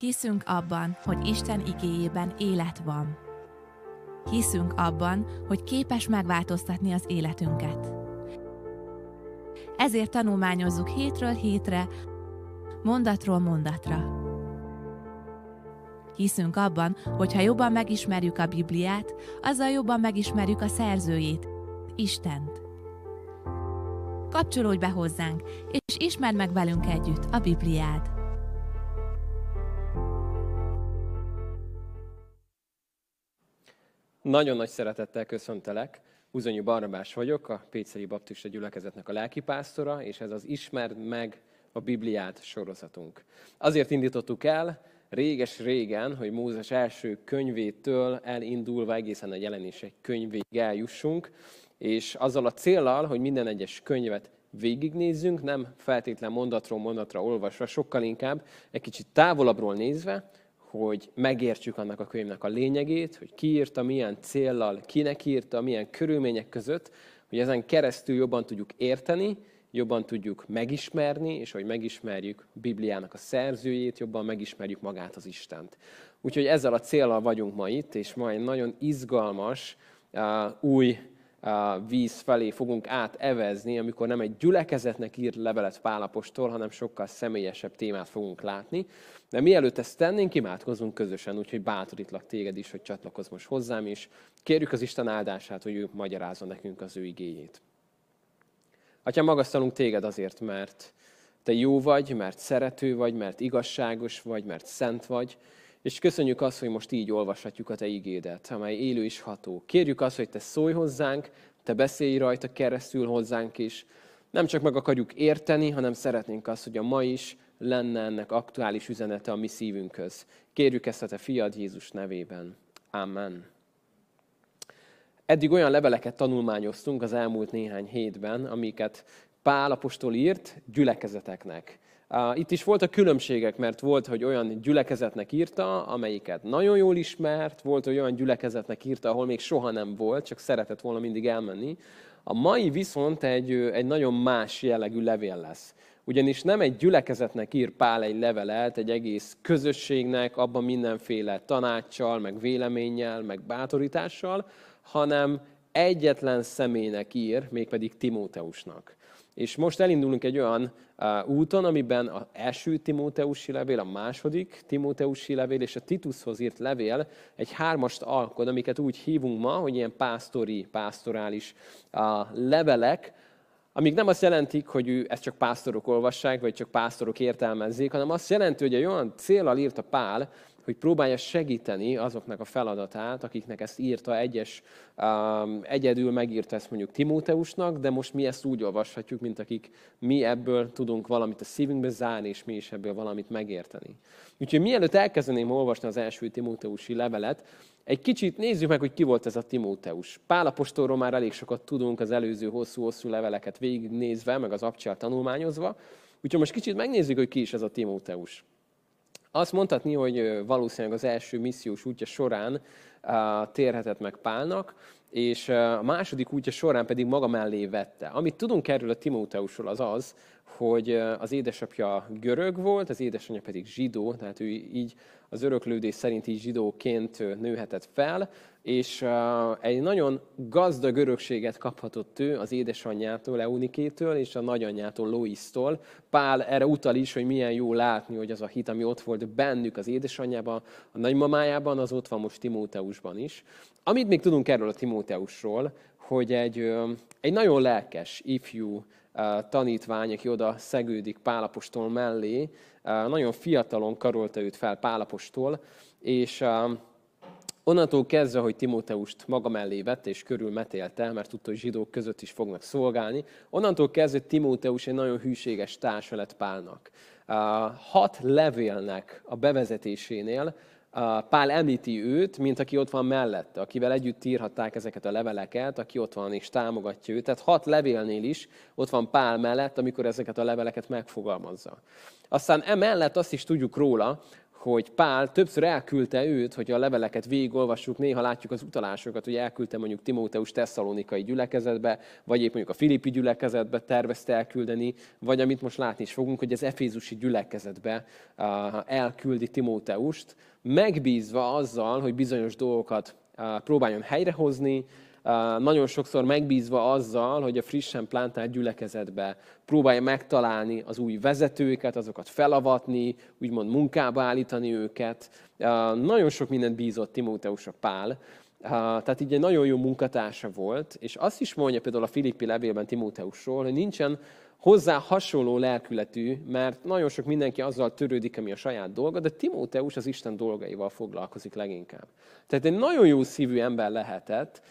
Hiszünk abban, hogy Isten igéjében élet van. Hiszünk abban, hogy képes megváltoztatni az életünket. Ezért tanulmányozzuk hétről hétre, mondatról mondatra. Hiszünk abban, hogy ha jobban megismerjük a Bibliát, azzal jobban megismerjük a szerzőjét, Istent. Kapcsolódj be hozzánk, és ismerd meg velünk együtt a Bibliát. Nagyon nagy szeretettel köszöntelek. Uzonyi Barnabás vagyok, a Péceli Baptista Gyülekezetnek a lelkipásztora, és ez az Ismerd meg a Bibliát sorozatunk. Azért indítottuk el réges-régen, hogy Mózes első könyvétől elindulva egészen a Jelenések könyvéig eljussunk, és azzal a céllal, hogy minden egyes könyvet végignézzünk, nem feltétlen mondatról mondatra olvasva, sokkal inkább egy kicsit távolabbról nézve, hogy megértsük annak a könyvnek a lényegét, hogy ki írta, milyen céllal, kinek írta, milyen körülmények között, hogy ezen keresztül jobban tudjuk érteni, jobban tudjuk megismerni, és hogy megismerjük Bibliának a szerzőjét, jobban megismerjük magát az Istent. Úgyhogy ezzel a céllal vagyunk ma itt, és ma egy nagyon izgalmas, új víz felé fogunk átevezni, amikor nem egy gyülekezetnek írt levelet Pál apostol, hanem sokkal személyesebb témát fogunk látni. De mielőtt ezt tennénk, imádkozzunk közösen, úgyhogy bátorítlak téged is, hogy csatlakozz most hozzám, és kérjük az Isten áldását, hogy ő magyarázza nekünk az ő igéjét. Atyám, magasztalunk téged azért, mert te jó vagy, mert szerető vagy, mert igazságos vagy, mert szent vagy, és köszönjük azt, hogy most így olvashatjuk a te igédet, amely élő és ható. Kérjük azt, hogy te szólj hozzánk, te beszélj rajta keresztül hozzánk is. Nem csak meg akarjuk érteni, hanem szeretnénk azt, hogy a ma is lenne ennek aktuális üzenete a mi szívünkhöz. Kérjük ezt a te fiad Jézus nevében. Amen. Eddig olyan leveleket tanulmányoztunk az elmúlt néhány hétben, amiket Pál apostol írt gyülekezeteknek. Itt is voltak különbségek, mert volt, hogy olyan gyülekezetnek írta, amelyiket nagyon jól ismert, volt, hogy olyan gyülekezetnek írta, ahol még soha nem volt, csak szeretett volna mindig elmenni. A mai viszont egy nagyon más jellegű levél lesz. Ugyanis nem egy gyülekezetnek ír Pál egy levelet, egy egész közösségnek, abban mindenféle tanáccsal, meg véleménnyel, meg bátorítással, hanem egyetlen személynek ír, mégpedig Timóteusnak. És most elindulunk egy olyan úton, amiben az első Timóteusi levél, a második Timóteusi levél és a Titushoz írt levél egy hármast alkot, amiket úgy hívunk ma, hogy ilyen pásztorális levelek, amik nem azt jelentik, hogy ezt csak pásztorok olvassák, vagy csak pásztorok értelmezzék, hanem azt jelenti, hogy egy olyan céllal írta Pál, hogy próbálja segíteni azoknak a feladatát, akiknek ezt írta, egyedül megírta ezt mondjuk Timóteusnak, de most mi ezt úgy olvashatjuk, mint akik mi ebből tudunk valamit a szívünkbe zárni, és mi is ebből valamit megérteni. Úgyhogy mielőtt elkezdeném olvasni az első Timóteusi levelet, egy kicsit nézzük meg, hogy ki volt ez a Timóteus. Pál apostolról már elég sokat tudunk az előző hosszú-hosszú leveleket végignézve, meg az abcsát tanulmányozva, úgyhogy most kicsit megnézzük, hogy ki is ez a Timóteus. Azt mondhatni, hogy valószínűleg az első missziós útja során térhetett meg Pálnak, és a második útja során pedig maga mellé vette. Amit tudunk erről a Timóteusról az, hogy az édesapja görög volt, az édesanyja pedig zsidó, tehát ő így az öröklődés szerint így zsidóként nőhetett fel, és egy nagyon gazdag örökséget kaphatott ő az édesanyjától, Eunikétől, és a nagyanyjától, Loisztól. Pál erre utal is, hogy milyen jó látni, hogy az a hit, ami ott volt bennük az édesanyjában, a nagymamájában, az ott van most Timóteusban is. Amit még tudunk erről a Timóteusról, hogy egy nagyon lelkes ifjú tanítvány, aki oda szegődik Pál apostol mellé, nagyon fiatalon karolta őt fel Pál apostol, és onnantól kezdve, hogy Timóteust maga mellé vette és körülmetélte, mert tudta, hogy zsidók között is fognak szolgálni, onnantól kezdve Timóteus egy nagyon hűséges társa lett Pálnak. 6 levélnek a bevezetésénél Pál említi őt, mint aki ott van mellette, akivel együtt írhatták ezeket a leveleket, aki ott van és támogatja őt. Tehát 6 levélnél is ott van Pál mellett, amikor ezeket a leveleket megfogalmazza. Aztán emellett azt is tudjuk róla, hogy Pál többször elküldte őt, hogy a leveleket végigolvassuk, néha látjuk az utalásokat, hogy elküldte mondjuk Timóteus tesszalonikai gyülekezetbe, vagy épp mondjuk a filippi gyülekezetbe tervezte elküldeni, vagy amit most látni is fogunk, hogy az efézusi gyülekezetbe elküldi Timóteust, megbízva azzal, hogy bizonyos dolgokat próbáljon helyrehozni, nagyon sokszor megbízva azzal, hogy a frissen plántált gyülekezetbe próbálja megtalálni az új vezetőket, azokat felavatni, úgymond munkába állítani őket. Nagyon sok mindent bízott Timóteusra Pál, tehát így egy nagyon jó munkatársa volt, és azt is mondja például a Filippi levélben Timóteusról, hogy nincsen hozzá hasonló lelkületű, mert nagyon sok mindenki azzal törődik, ami a saját dolga, de Timóteus az Isten dolgaival foglalkozik leginkább. Tehát egy nagyon jó szívű ember lehetett,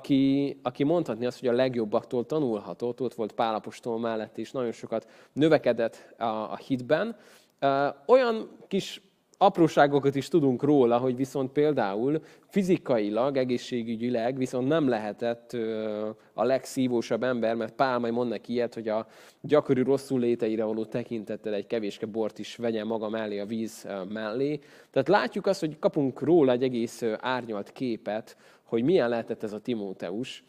aki mondhatni azt, hogy a legjobbaktól tanulhatott, ott volt Pál apostol mellett, és nagyon sokat növekedett a hitben. Olyan kis apróságokat is tudunk róla, hogy viszont például fizikailag, egészségügyileg viszont nem lehetett a legszívósabb ember, mert Pál majd mond neki ilyet, hogy a gyakori rosszul léteire való tekintettel egy kevéske bort is vegyen maga mellé a víz mellé. Tehát látjuk azt, hogy kapunk róla egy egész árnyalt képet, hogy milyen lehetett ez a Timóteus.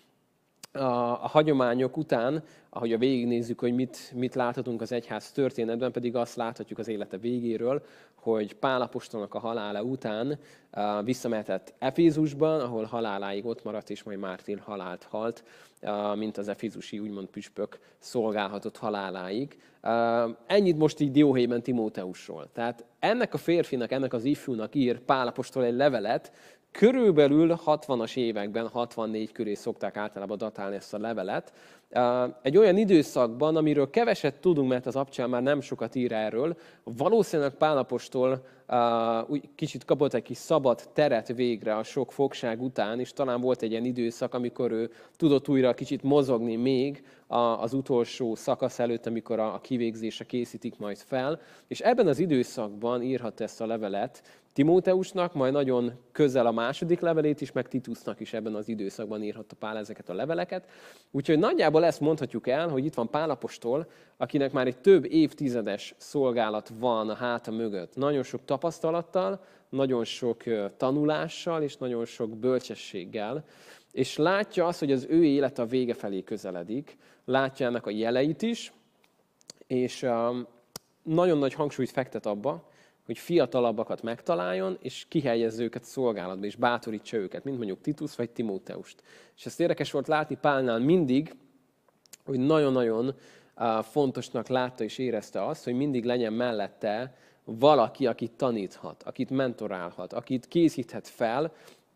A hagyományok után, ahogy végignézzük, hogy mit láthatunk az egyház történetben, pedig azt láthatjuk az élete végéről, hogy Pál apostolnak a halála után visszamehetett Efézusban, ahol haláláig ott maradt, és majd mártír halált halt, mint az efézusi úgymond püspök szolgálhatott haláláig. Ennyit most így dióhéjban Timóteusról. Tehát ennek a férfinak, ennek az ifjúnak ír Pál apostol egy levelet, körülbelül 60-as években, 64 köré szokták általában datálni ezt a levelet. Egy olyan időszakban, amiről keveset tudunk, mert az apostol már nem sokat ír erről, valószínűleg Pál apostol kicsit kapott egy kis szabad teret végre a sok fogság után, és talán volt egy ilyen időszak, amikor ő tudott újra kicsit mozogni még az utolsó szakasz előtt, amikor a kivégzésre készítik majd fel. És ebben az időszakban írhatta ezt a levelet Timóteusnak, majd nagyon közel a második levelét is, meg Titusnak is ebben az időszakban írhatta Pál ezeket a leveleket. Úgyhogy nagyjából ezt mondhatjuk el, hogy itt van Pál apostol, akinek már egy több évtizedes szolgálat van a háta mögött. Nagyon sok tapasztalattal, nagyon sok tanulással és nagyon sok bölcsességgel. És látja azt, hogy az ő élete a vége felé közeledik. Látja ennek a jeleit is, és nagyon nagy hangsúlyt fektet abba, hogy fiatalabbakat megtaláljon, és kihelyezze őket szolgálatba, és bátorítsa őket, mint mondjuk Titus vagy Timóteust. És ezt érdekes volt látni Pálnál mindig, hogy nagyon-nagyon fontosnak látta és érezte azt, hogy mindig legyen mellette valaki, akit taníthat, akit mentorálhat, akit készíthet fel,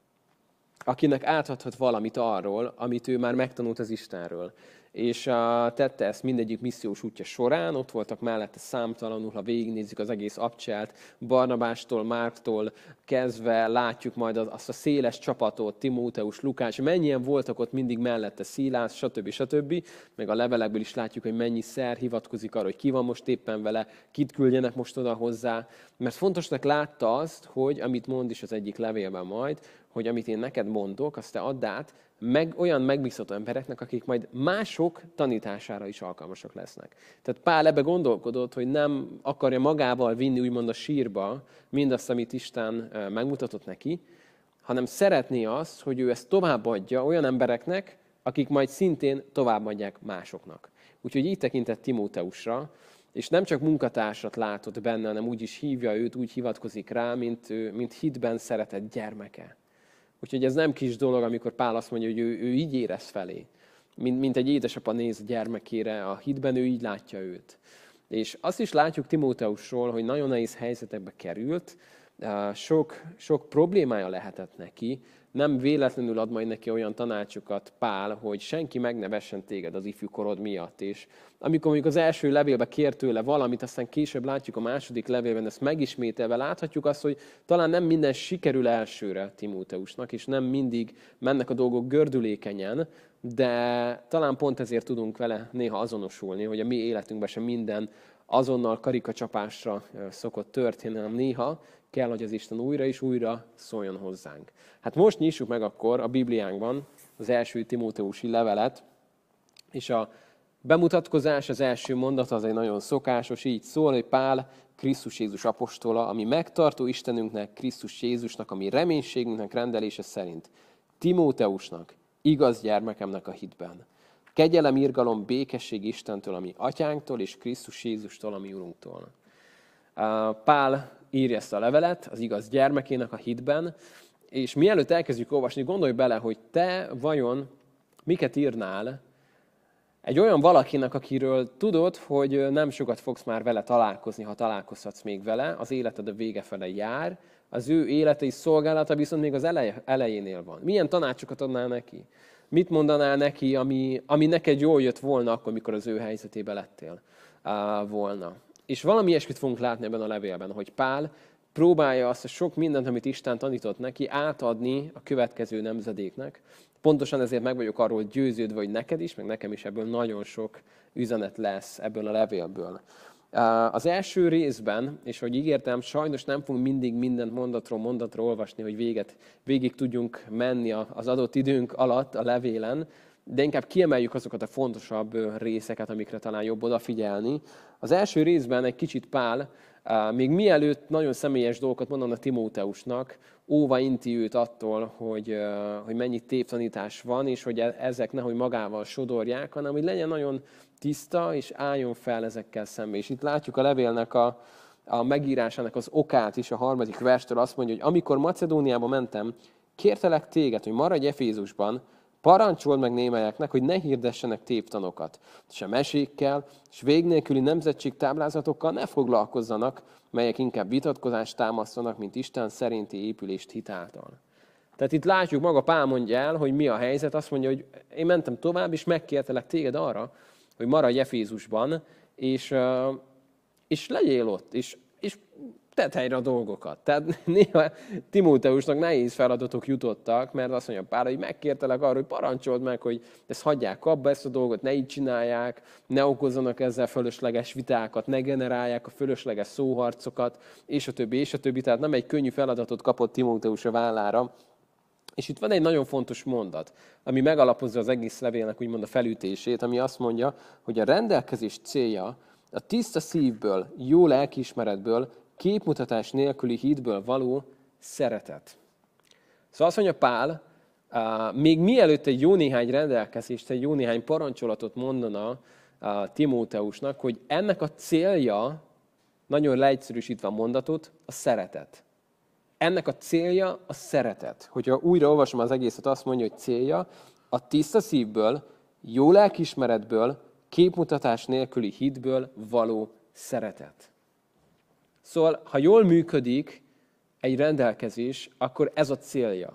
akinek átadhat valamit arról, amit ő már megtanult az Istenről. És tette ezt mindegyik missziós útja során, ott voltak mellette számtalanul, ha végignézzük az egész abcselt, Barnabástól, Márktól kezdve látjuk majd azt a széles csapatot, Timóteus, Lukács, mennyien voltak ott mindig mellette, Szilász, stb. Meg a levelekből is látjuk, hogy mennyiszer hivatkozik arra, hogy ki van most éppen vele, kit küldjenek most oda hozzá, mert fontosnak látta azt, hogy amit mond is az egyik levélben majd, hogy amit én neked mondok, azt te add át, olyan megbízható embereknek, akik majd mások tanítására is alkalmasak lesznek. Tehát Pál ebbe gondolkodott, hogy nem akarja magával vinni úgymond a sírba mindazt, amit Isten megmutatott neki, hanem szeretné azt, hogy ő ezt továbbadja olyan embereknek, akik majd szintén továbbadják másoknak. Úgyhogy így tekintett Timóteusra, és nem csak munkatársat látott benne, hanem úgy is hívja őt, úgy hivatkozik rá, mint hitben szeretett gyermeke. Úgyhogy ez nem kis dolog, amikor Pál azt mondja, hogy ő így érez felé. Mint egy édesapa néz a gyermekére, a hitben ő így látja őt. És azt is látjuk Timóteusról, hogy nagyon nehéz helyzetekbe került, sok problémája lehetett neki, nem véletlenül ad majd neki olyan tanácsokat Pál, hogy senki meg ne vessen téged az ifjú korod miatt. És amikor mondjuk az első levélbe kér tőle valamit, aztán később látjuk a második levélben, ezt megismételve láthatjuk azt, hogy talán nem minden sikerül elsőre Timóteusnak, és nem mindig mennek a dolgok gördülékenyen, de talán pont ezért tudunk vele néha azonosulni, hogy a mi életünkben sem minden azonnal karikacsapásra szokott történni, hanem néha kell, hogy az Isten újra és újra szóljon hozzánk. Hát most nyissuk meg akkor a Bibliánkban az első Timóteusi levelet, és a bemutatkozás, az első mondat az egy nagyon szokásos, így szól, hogy Pál, Krisztus Jézus apostola, ami megtartó Istenünknek, Krisztus Jézusnak, ami reménységünknek rendelése szerint, Timóteusnak, igaz gyermekemnek a hitben. Kegyelem, irgalom, békesség Istentől, ami atyánktól, és Krisztus Jézustól, ami Urunktól. Pál írja ezt a levelet az igaz gyermekének a hitben, és mielőtt elkezdjük olvasni, gondolj bele, hogy te vajon miket írnál egy olyan valakinek, akiről tudod, hogy nem sokat fogsz már vele találkozni, ha találkozhatsz még vele, az életed a vége fele jár, az ő élete és szolgálata viszont még az elejénél van. Milyen tanácsokat adnál neki? Mit mondanál neki, ami neked jól jött volna akkor, mikor az ő helyzetébe lettél volna? És valami ilyesmit fogunk látni ebben a levélben, hogy Pál próbálja azt a sok mindent, amit Isten tanított neki, átadni a következő nemzedéknek. Pontosan ezért meg vagyok arról győződve, hogy neked is, meg nekem is ebből nagyon sok üzenet lesz ebből a levélből. Az első részben, és hogy ígértem, sajnos nem fogunk mindig mindent mondatról mondatra olvasni, hogy végig tudjunk menni az adott időnk alatt a levélen, de inkább kiemeljük azokat a fontosabb részeket, amikre talán jobb odafigyelni. Az első részben egy kicsit Pál, még mielőtt nagyon személyes dolgokat mondana Timóteusnak, óva inti őt attól, hogy mennyi tévtanítás van, és hogy ezek nehogy magával sodorják, hanem hogy legyen nagyon tiszta, és álljon fel ezekkel szembe. És itt látjuk a levélnek a megírásának az okát is, a 3. verstől azt mondja, hogy amikor Macedóniába mentem, kértelek téged, hogy maradj Efézusban, parancsold meg némelyeknek, hogy ne hirdessenek tévtanokat, se mesékkel, és vég nélküli nemzetségtáblázatokkal ne foglalkozzanak, melyek inkább vitatkozást támasztanak, mint Isten szerinti épülést hitáltal. Tehát itt látjuk, maga Pál mondja el, hogy mi a helyzet, azt mondja, hogy én mentem tovább, és megkértelek téged arra, hogy maradj Efézusban, és legyél ott, és tedd helyre a dolgokat. Tehát néha Timóteusnak nehéz feladatok jutottak, mert azt mondja Pál, hogy megkértelek arra, hogy parancsold meg, hogy ezt hagyják abba, ezt a dolgot ne így csinálják, ne okozzanak ezzel fölösleges vitákat, ne generálják a fölösleges szóharcokat, és a többi, és a többi. Tehát nem egy könnyű feladatot kapott Timóteus a vállára. És itt van egy nagyon fontos mondat, ami megalapozza az egész levélnek úgymond a felütését, ami azt mondja, hogy a rendelkezés célja a tiszta szívből, jó lelkiismeretből, képmutatás nélküli hitből való szeretet. Szóval azt mondja Pál, még mielőtt egy jó néhány rendelkezést, egy jó néhány parancsolatot mondana Timóteusnak, hogy ennek a célja, nagyon leegyszerűsítve a mondatot, a szeretet. Ennek a célja a szeretet. Hogyha újra olvasom az egészet, azt mondja, hogy célja a tiszta szívből, jó lelkiismeretből, képmutatás nélküli hitből való szeretet. Szóval, ha jól működik egy rendelkezés, akkor ez a célja.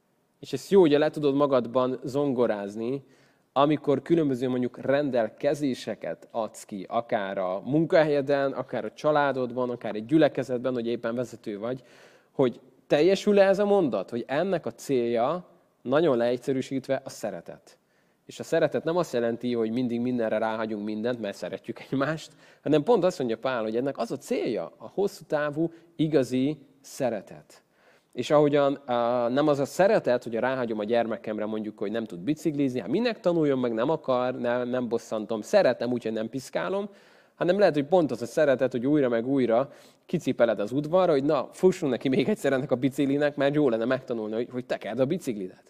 És ezt jó, hogy le tudod magadban zongorázni, amikor különböző mondjuk rendelkezéseket adsz ki, akár a munkahelyeden, akár a családodban, akár egy gyülekezetben, hogy éppen vezető vagy, hogy teljesül-e ez a mondat, hogy ennek a célja, nagyon leegyszerűsítve, a szeretet. És a szeretet nem azt jelenti, hogy mindig mindenre ráhagyunk mindent, mert szeretjük egymást, hanem pont azt mondja Pál, hogy ennek az a célja, a hosszú távú, igazi szeretet. És ahogyan nem az a szeretet, hogy ráhagyom a gyermekemre mondjuk, hogy nem tud biciklizni, hát minek tanuljon meg, nem akar, nem bosszantom, szeretem, úgyhogy nem piszkálom, hanem lehet, hogy pont az a szeretet, hogy újra meg újra kicipeled az udvarra, hogy na, fussunk neki még egyszer ennek a biciklinek, mert jó lenne megtanulni, hogy tekerd a biciklidet.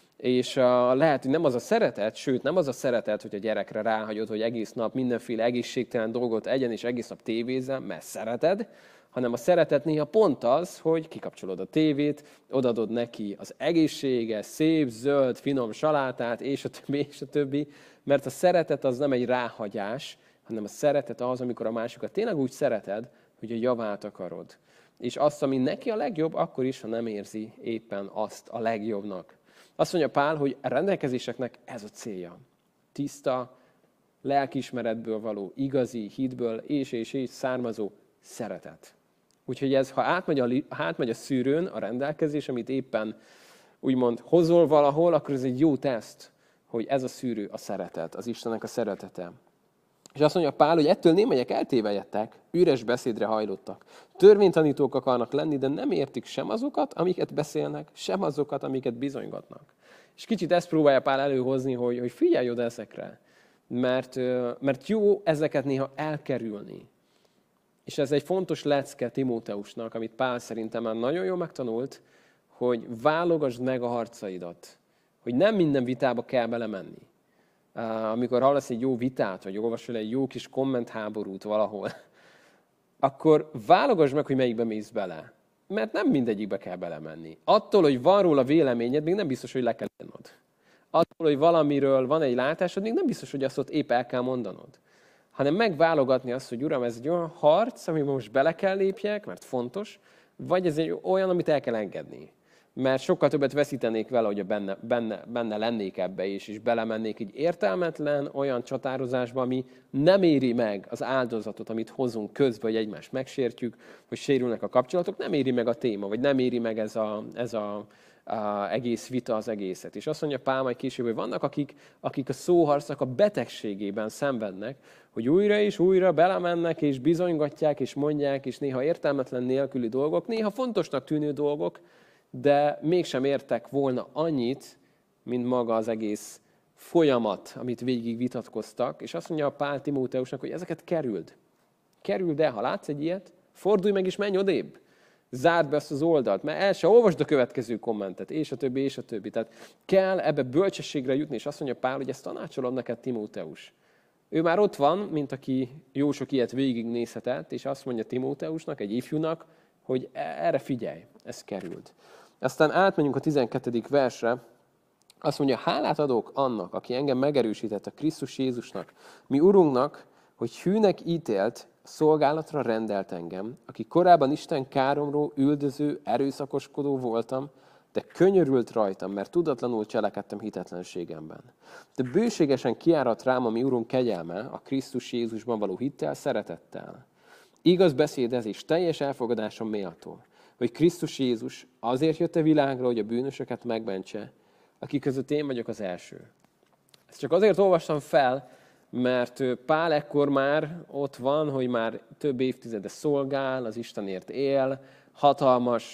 És lehet, hogy nem az a szeretet, sőt nem az a szeretet, hogy a gyerekre ráhagyod, hogy egész nap mindenféle egészségtelen dolgot egyen, és egész nap tévézzen, mert szereted, hanem a szeretet néha pont az, hogy kikapcsolod a tévét, odadod neki az egészséges, szép, zöld, finom salátát, és a többi, mert a szeretet az nem egy ráhagyás, hanem a szeretet az, amikor a másikat tényleg úgy szereted, hogy a javát akarod. És azt, ami neki a legjobb, akkor is, ha nem érzi éppen azt a legjobbnak. Azt mondja Pál, hogy a rendelkezéseknek ez a célja. Tiszta, lelkiismeretből való, igazi, hitből és származó szeretet. Úgyhogy ez, ha átmegy a szűrőn a rendelkezés, amit éppen úgymond hozol valahol, akkor ez egy jó teszt, hogy ez a szűrő a szeretet, az Istennek a szeretete. És azt mondja Pál, hogy ettől némelyek eltévejettek, üres beszédre hajlottak. Törvénytanítók akarnak lenni, de nem értik sem azokat, amiket beszélnek, sem azokat, amiket bizonygatnak. És kicsit ezt próbálja Pál előhozni, hogy figyelj oda ezekre. mert jó ezeket néha elkerülni. És ez egy fontos lecke Timóteusnak, amit Pál szerintem már nagyon jól megtanult, hogy válogasd meg a harcaidat. Hogy nem minden vitába kell belemenni. Amikor hallasz egy jó vitát, vagy olvasol egy jó kis kommentháborút valahol, akkor válogasd meg, hogy melyikbe mész bele. Mert nem mindegyikbe kell belemenni. Attól, hogy van róla véleményed, még nem biztos, hogy le kell írnod. Attól, hogy valamiről van egy látásod, még nem biztos, hogy azt ott épp el kell mondanod. Hanem megválogatni azt, hogy uram, ez egy olyan harc, amiben most bele kell lépjek, mert fontos, vagy ez egy olyan, amit el kell engedni. Mert sokkal többet veszítenék vele, hogy benne lennék ebbe is, és belemennék egy értelmetlen olyan csatározásba, ami nem éri meg az áldozatot, amit hozunk közben, hogy egymást megsértjük, hogy sérülnek a kapcsolatok, nem éri meg a téma, vagy nem éri meg ez a egész vita az egészet. És azt mondja Pál majd később, hogy vannak, akik a szóharcnak a betegségében szenvednek, hogy újra és újra belemennek, és bizonygatják, és mondják, és néha értelmetlen nélküli dolgok, néha fontosnak tűnő dolgok, de mégsem értek volna annyit, mint maga az egész folyamat, amit végig vitatkoztak. És azt mondja a Pál Timóteusnak, hogy ezeket kerüld. Kerüld el, ha látsz egy ilyet, fordulj meg és menj odébb. Zárd be azt az oldalt, mert el se olvasd a következő kommentet, és a többi, és a többi. Tehát kell ebbe bölcsességre jutni, és azt mondja Pál, hogy ezt tanácsolom neked, Timóteus. Ő már ott van, mint aki jó sok ilyet végignézhetett, és azt mondja Timóteusnak, egy ifjúnak, hogy erre figyelj, ez került. Aztán átmegyünk a 12. versre, azt mondja, hálát adok annak, aki engem megerősített a Krisztus Jézusnak, mi Urunknak, hogy hűnek ítélt, szolgálatra rendelt engem, aki korábban Isten káromról üldöző, erőszakoskodó voltam, de könyörült rajtam, mert tudatlanul cselekedtem hitetlenségemben. De bőségesen kiárat rám a mi Urunk kegyelme a Krisztus Jézusban való hittel, szeretettel. Igaz beszédezés, teljes elfogadásom méltó, hogy Krisztus Jézus azért jött a világra, hogy a bűnösöket megmentse, akik között én vagyok az első. Ezt csak azért olvastam fel, mert Pál ekkor már ott van, hogy már több évtizede szolgál, az Istenért él, hatalmas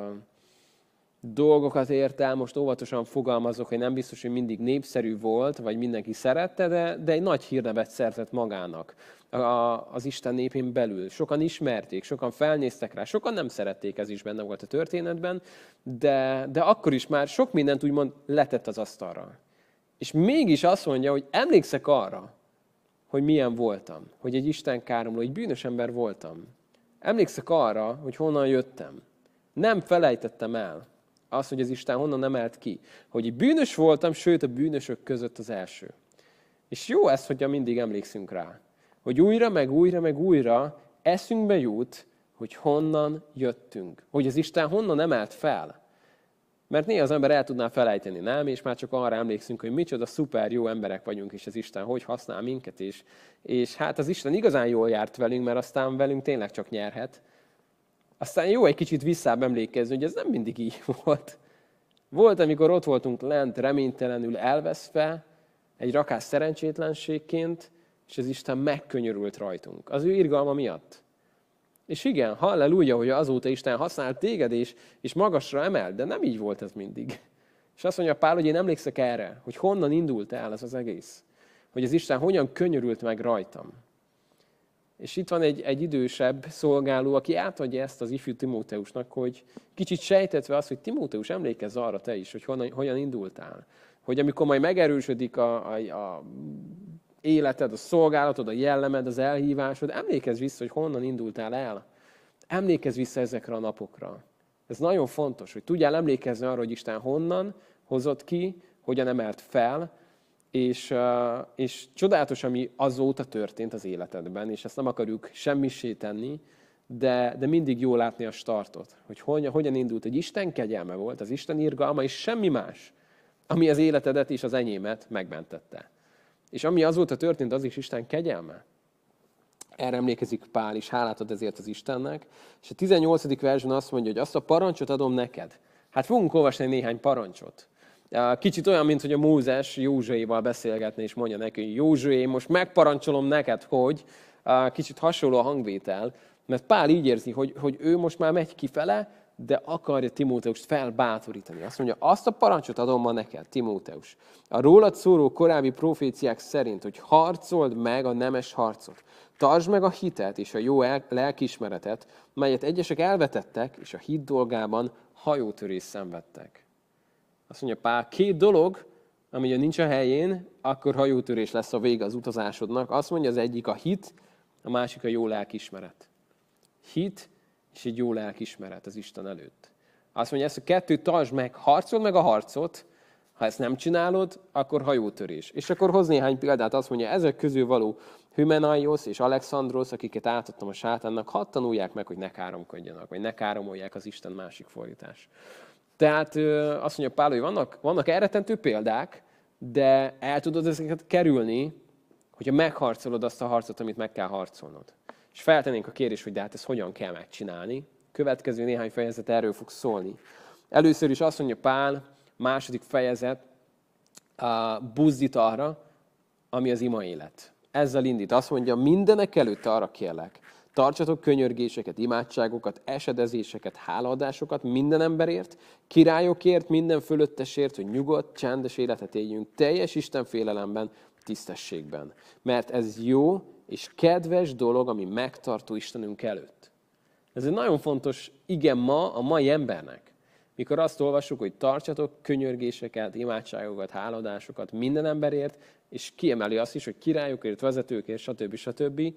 dolgokat ért el, most óvatosan fogalmazok, hogy nem biztos, hogy mindig népszerű volt, vagy mindenki szerette, de egy nagy hírnevet szerzett magának az Isten népén belül. Sokan ismerték, sokan felnéztek rá, sokan nem szerették, ez is benne volt a történetben, de akkor is már sok mindent úgymond letett az asztalra. És mégis azt mondja, hogy emlékszek arra, hogy milyen voltam, hogy egy Isten káromló, egy bűnös ember voltam. Emlékszek arra, hogy honnan jöttem. Nem felejtettem el azt, hogy az Isten honnan emelt ki. Hogy bűnös voltam, sőt a bűnösök között az első. És jó ez, hogyha mindig emlékszünk rá. Hogy újra, meg újra, meg újra eszünkbe jut, hogy honnan jöttünk. Hogy az Isten honnan emelt fel. Mert néha az ember el tudná felejteni, nem? És már csak arra emlékszünk, hogy micsoda szuper jó emberek vagyunk, és az Isten hogy használ minket is. És hát az Isten igazán jól járt velünk, mert aztán velünk tényleg csak nyerhet. Aztán jó egy kicsit visszább emlékezni, hogy ez nem mindig így volt. Volt, amikor ott voltunk lent, reménytelenül elveszve, egy rakás szerencsétlenségként, és az Isten megkönyörült rajtunk. Az ő irgalma miatt. És igen, halleluja, hogy azóta Isten használ téged, és magasra emel, de nem így volt ez mindig. És azt mondja Pál, hogy én emlékszek erre, hogy honnan indult el ez az egész. Hogy az Isten hogyan könyörült meg rajtam. És itt van egy idősebb szolgáló, aki átadja ezt az ifjú Timóteusnak, hogy kicsit sejtetve azt, hogy Timóteus, emlékezz arra te is, hogy hogyan indultál. Hogy amikor majd megerősödik a életed, a szolgálatod, a jellemed, az elhívásod, emlékezz vissza, hogy honnan indultál el. Emlékezz vissza ezekre a napokra. Ez nagyon fontos, hogy tudjál emlékezni arra, hogy Isten honnan hozott ki, hogyan emelt fel, és csodálatos, ami azóta történt az életedben, és ezt nem akarjuk semmissé tenni, de mindig jó látni a startot, hogy hogyan indult. Egy Isten kegyelme volt, az Isten irgalma, és semmi más, ami az életedet és az enyémet megmentette. És ami azóta történt, az is Isten kegyelme. Erre emlékezik Pál is, hálát ad ezért az Istennek. És a 18. versben azt mondja, hogy azt a parancsot adom neked. Hát fogunk olvasni néhány parancsot. Kicsit olyan, mint hogy a Mózes Józsuéval beszélgetne, és mondja neki, hogy Józsué, most megparancsolom neked, hogy kicsit hasonló a hangvétel, mert Pál így érzi, hogy ő most már megy kifele, de akarja Timóteust felbátorítani. Azt mondja, azt a parancsot adom ma neked, Timóteus. A rólad szóló korábbi proféciák szerint, hogy harcold meg a nemes harcot. Tartsd meg a hitet és a jó lelkiismeretet, melyet egyesek elvetettek, és a hit dolgában hajótörést szenvedtek. Azt mondja Pál, 2 dolog, ami nincs a helyén, akkor hajótörés lesz a vége az utazásodnak. Azt mondja, az egyik a hit, a másik a jó lelkiismeret. Hit és egy jó lelkiismeret az Isten előtt. Azt mondja, ezt a 2 tartsd meg, harcold meg a harcot, ha ezt nem csinálod, akkor hajótörés. És akkor hoz néhány példát, azt mondja, ezek közül való Hymenaios és Alexandros, akiket átadtam a sátánnak, hadd tanulják meg, hogy ne káromkodjanak, vagy ne káromolják az Isten másik fordítás. Tehát azt mondja Pál, hogy vannak elrettentő példák, de el tudod ezeket kerülni, hogyha megharcolod azt a harcot, amit meg kell harcolnod. És feltennénk a kérdést, hogy de hát ezt hogyan kell megcsinálni. Következő néhány fejezet erről fog szólni. Először is azt mondja Pál, második fejezet, buzdít arra, ami az ima élet. Ezzel indít. Azt mondja, mindenek előtt arra kérlek, tartsatok könyörgéseket, imádságokat, esedezéseket, hálaadásokat minden emberért, királyokért, minden fölöttesért, hogy nyugodt, csendes életet éljünk, teljes Isten félelemben, tisztességben. Mert ez jó és kedves dolog, ami megtartó Istenünk előtt. Ez egy nagyon fontos igen ma a mai embernek. Mikor azt olvassuk, hogy tartsatok könyörgéseket, imádságokat, hálaadásokat minden emberért, és kiemeli azt is, hogy királyokért, vezetőkért, stb.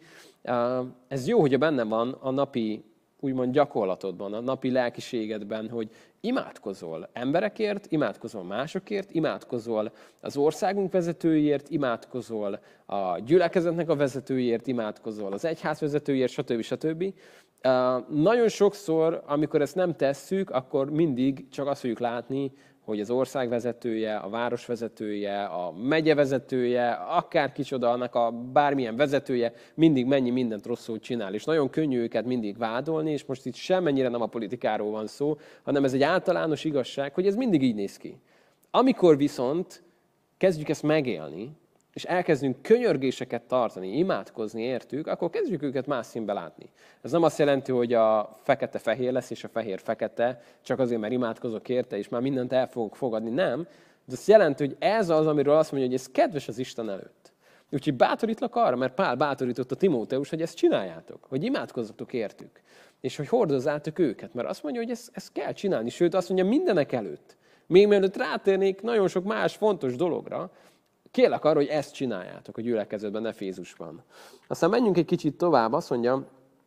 Ez jó, hogyha benne van a napi, úgymond gyakorlatodban, a napi lelkiségedben, hogy imádkozol emberekért, imádkozol másokért, imádkozol az országunk vezetőiért, imádkozol a gyülekezetnek a vezetőiért, imádkozol az egyház vezetőiért, stb. Nagyon sokszor, amikor ezt nem tesszük, akkor mindig csak azt fogjuk látni, hogy az ország vezetője, a város vezetője, a megye vezetője, akár kicsoda, annak a bármilyen vezetője mindig mennyi mindent rosszul csinál. És nagyon könnyű őket mindig vádolni, és most itt semmennyire nem a politikáról van szó, hanem ez egy általános igazság, hogy ez mindig így néz ki. Amikor viszont kezdjük ezt megélni, és elkezdünk könyörgéseket tartani, imádkozni értük, akkor kezdjük őket más színbe látni. Ez nem azt jelenti, hogy a fekete fehér lesz, és a fehér fekete, csak azért, mert imádkozok érte, és már mindent el fogok fogadni. Nem. De azt jelenti, hogy ez az, amiről azt mondja, hogy ez kedves az Isten előtt. Úgyhogy bátorítlak arra, mert Pál bátorította Timóteust, hogy ezt csináljátok, hogy imádkozzatok értük, és hogy hordozzátok őket, mert azt mondja, hogy ezt kell csinálni, sőt azt mondja mindenek előtt. Még mielőtt rátérnék nagyon sok más fontos dologra, kérlek arra, hogy ezt csináljátok a gyülekezetben, Efézusban. Aztán menjünk egy kicsit tovább, azt mondja,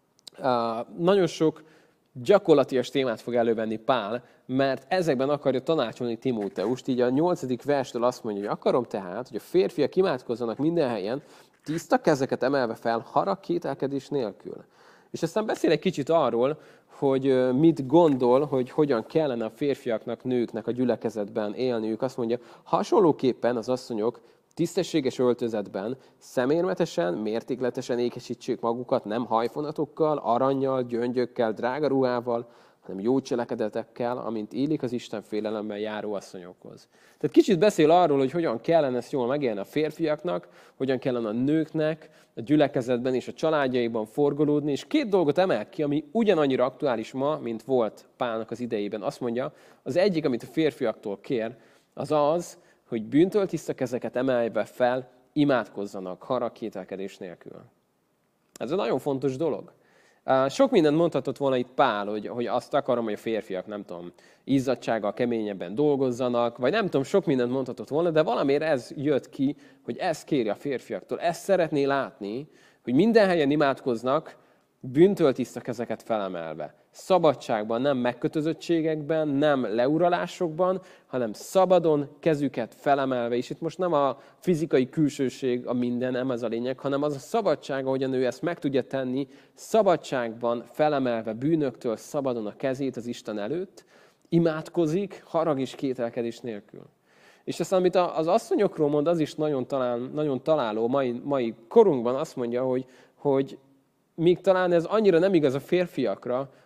nagyon sok gyakorlatias témát fog elővenni Pál, mert ezekben akarja tanácsolni Timóteust. Így a 8. verstől azt mondja, hogy akarom tehát, hogy a férfiak imádkozzanak minden helyen, tiszta kezeket emelve fel, harag, kételkedés nélkül. És aztán beszél egy kicsit arról, hogy mit gondol, hogy hogyan kellene a férfiaknak, nőknek a gyülekezetben élniük. Azt mondja, hasonlóképpen az asszonyok tisztességes öltözetben, szemérmetesen, mértékletesen ékesítsék magukat, nem hajfonatokkal, arannyal, gyöngyökkel, drága ruhával, hanem jó cselekedetekkel, amint illik az Isten félelemben járó asszonyokhoz. Tehát kicsit beszél arról, hogy hogyan kellene ezt jól megélni a férfiaknak, hogyan kellene a nőknek a gyülekezetben és a családjaiban forgolódni, és 2 dolgot emel ki, ami ugyanannyira aktuális ma, mint volt Pálnak az idejében. Azt mondja, az egyik, amit a férfiaktól kér, az az, hogy bűntől tiszta kezeket emelve fel, imádkozzanak harag, kételkedés nélkül. Ez egy nagyon fontos dolog. Sok mindent mondhatott volna itt Pál, hogy azt akarom, hogy a férfiak, nem tudom, izzadsággal keményebben dolgozzanak, vagy nem tudom, sok mindent mondhatott volna, de valamiért ez jött ki, hogy ezt kéri a férfiaktól. Ezt szeretné látni, hogy minden helyen imádkoznak, bűntől tiszta kezeket felemelve. Szabadságban, nem megkötözöttségekben, nem leuralásokban, hanem szabadon kezüket felemelve. És itt most nem a fizikai külsőség a minden, nem ez a lényeg, hanem az a szabadság, ahogyan ő ezt meg tudja tenni, szabadságban felemelve bűnöktől szabadon a kezét az Isten előtt, imádkozik, harag és kételkedés nélkül. És aztán, amit az asszonyokról mond, az is nagyon találó mai korunkban azt mondja, hogy míg talán ez annyira nem igaz a férfiakra,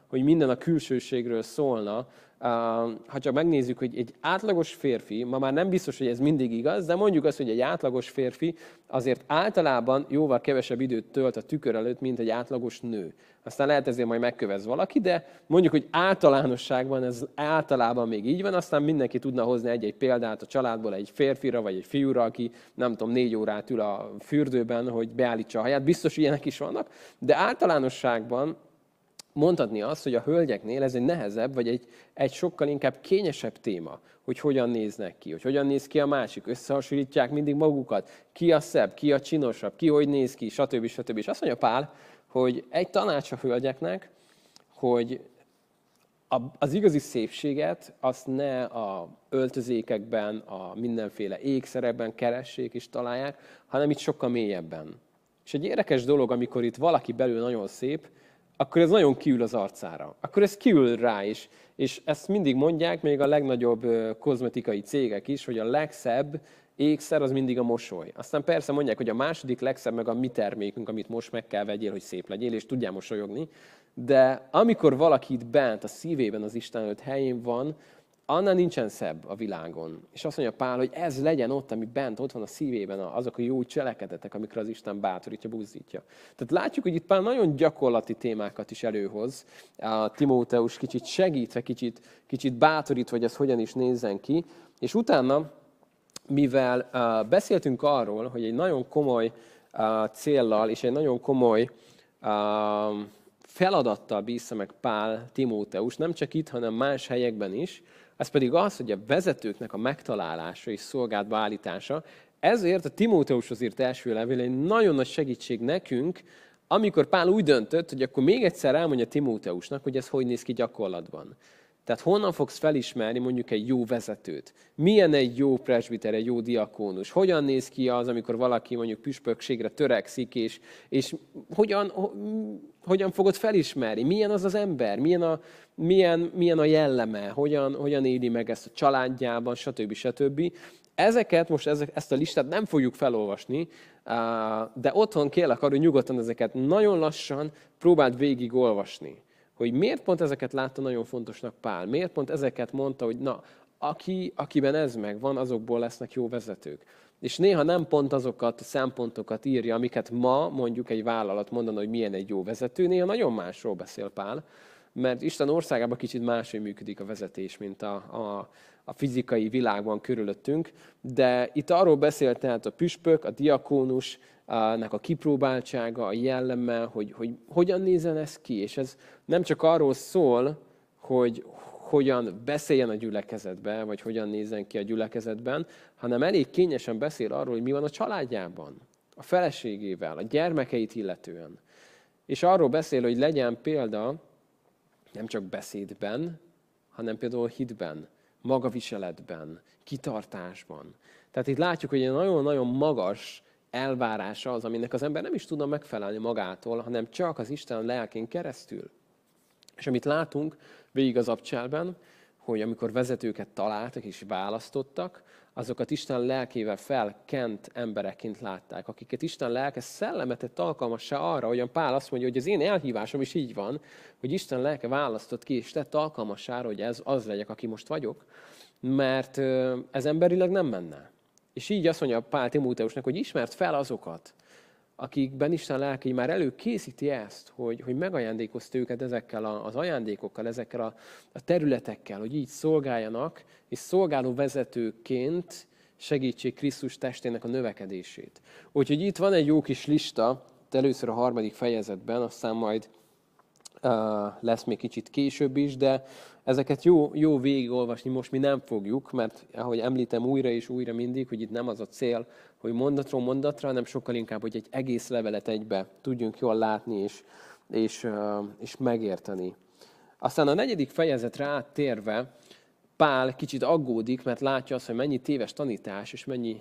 hogy minden a külsőségről szólna. Ha csak megnézzük, hogy egy átlagos férfi, ma már nem biztos, hogy ez mindig igaz, de mondjuk azt, hogy egy átlagos férfi azért általában jóval kevesebb időt tölt a tükör előtt, mint egy átlagos nő. Aztán lehet ezért majd megkövez valaki, de mondjuk, hogy általánosságban ez általában még így van, aztán mindenki tudna hozni egy-egy példát a családból egy férfira vagy egy fiúra, aki nem tudom, 4 órát ül a fürdőben, hogy beállítsa a haját. Biztos ilyenek is vannak, de általánosságban mondhatni azt, hogy a hölgyeknél ez egy nehezebb, vagy egy sokkal inkább kényesebb téma, hogy hogyan néznek ki, hogy hogyan néz ki a másik, összehasonlítják mindig magukat, ki a szebb, ki a csinosabb, ki hogy néz ki, stb. Stb. És azt mondja Pál, hogy egy tanács a hölgyeknek, hogy az igazi szépséget azt ne a öltözékekben, a mindenféle ékszerekben keressék és találják, hanem itt sokkal mélyebben. És egy érdekes dolog, amikor itt valaki belül nagyon szép, akkor ez nagyon kiül az arcára. Akkor ez kiül rá is. És ezt mindig mondják, még a legnagyobb kozmetikai cégek is, hogy a legszebb ékszer az mindig a mosoly. Aztán persze mondják, hogy a második legszebb meg a mi termékünk, amit most meg kell vegyél, hogy szép legyél, és tudjál mosolyogni. De amikor valaki itt bent, a szívében az Isten előtt helyén van, annál nincsen szebb a világon. És azt mondja Pál, hogy ez legyen ott, ami bent, ott van a szívében, azok a jó cselekedetek, amikre az Isten bátorítja, buzdítja. Tehát látjuk, hogy itt Pál nagyon gyakorlati témákat is előhoz. A Timóteus kicsit segítve, kicsit bátorítva, hogy ez hogyan is nézzen ki. És utána, mivel beszéltünk arról, hogy egy nagyon komoly céllal és egy nagyon komoly feladattal bízza meg Pál Timóteus, nem csak itt, hanem más helyekben is, ez pedig az, hogy a vezetőknek a megtalálása és szolgálatba állítása. Ezért a Timóteushoz írt első levél egy nagyon nagy segítség nekünk, amikor Pál úgy döntött, hogy akkor még egyszer elmondja Timóteusnak, hogy ez hogy néz ki gyakorlatban. Tehát honnan fogsz felismerni mondjuk egy jó vezetőt? Milyen egy jó presbiter, egy jó diakónus? Hogyan néz ki az, amikor valaki mondjuk püspökségre törekszik, és hogyan fogod felismerni? Milyen az az ember? Milyen a jelleme? Hogyan éli meg ezt a családjában, stb. Ezeket most ezt a listát nem fogjuk felolvasni, de otthon kérlek arra, hogy nyugodtan ezeket nagyon lassan próbáld végigolvasni. Hogy miért pont ezeket látta nagyon fontosnak Pál? Miért pont ezeket mondta, hogy na, akiben ez megvan, azokból lesznek jó vezetők. És néha nem pont azokat a szempontokat írja, amiket ma mondjuk egy vállalat mondana, hogy milyen egy jó vezető, néha nagyon másról beszél Pál, mert Isten országában kicsit máshogy működik a vezetés, mint a fizikai világban körülöttünk, de itt arról beszél tehát a püspök, a diakónusnak a kipróbáltsága, a jelleme, hogy hogyan nézzen ez ki, és ez nem csak arról szól, hogy hogyan beszéljen a gyülekezetbe, vagy hogyan nézzen ki a gyülekezetben, hanem elég kényesen beszél arról, hogy mi van a családjában, a feleségével, a gyermekeit illetően. És arról beszél, hogy legyen példa nem csak beszédben, hanem például hitben, magaviseletben, kitartásban. Tehát itt látjuk, hogy egy nagyon-nagyon magas elvárása az, aminek az ember nem is tudna megfelelni magától, hanem csak az Isten lelkén keresztül. És amit látunk végig az Abcselben, hogy amikor vezetőket találtak és választottak, azokat Isten lelkével felkent emberekként látták, akiket Isten lelke szellemetett alkalmassá arra, ahogyan Pál azt mondja, hogy az én elhívásom is így van, hogy Isten lelke választott ki, és tett alkalmassá arra, hogy ez az legyek, aki most vagyok, mert ez emberileg nem menne. És így azt mondja Pál Timóteusnak, hogy ismert fel azokat, akikben Isten lelke már előkészíti ezt, hogy megajándékozta őket ezekkel az ajándékokkal, ezekkel a területekkel, hogy így szolgáljanak, és szolgáló vezetőként segítsék Krisztus testének a növekedését. Úgyhogy itt van egy jó kis lista, először a 3. fejezetben, aztán majd lesz még kicsit később is, de ezeket jó végigolvasni most mi nem fogjuk, mert ahogy említem újra és újra mindig, hogy itt nem az a cél, hogy mondatról mondatra, hanem sokkal inkább, hogy egy egész levelet egybe tudjunk jól látni és megérteni. Aztán a 4. fejezetre áttérve Pál kicsit aggódik, mert látja azt, hogy mennyi téves tanítás és mennyi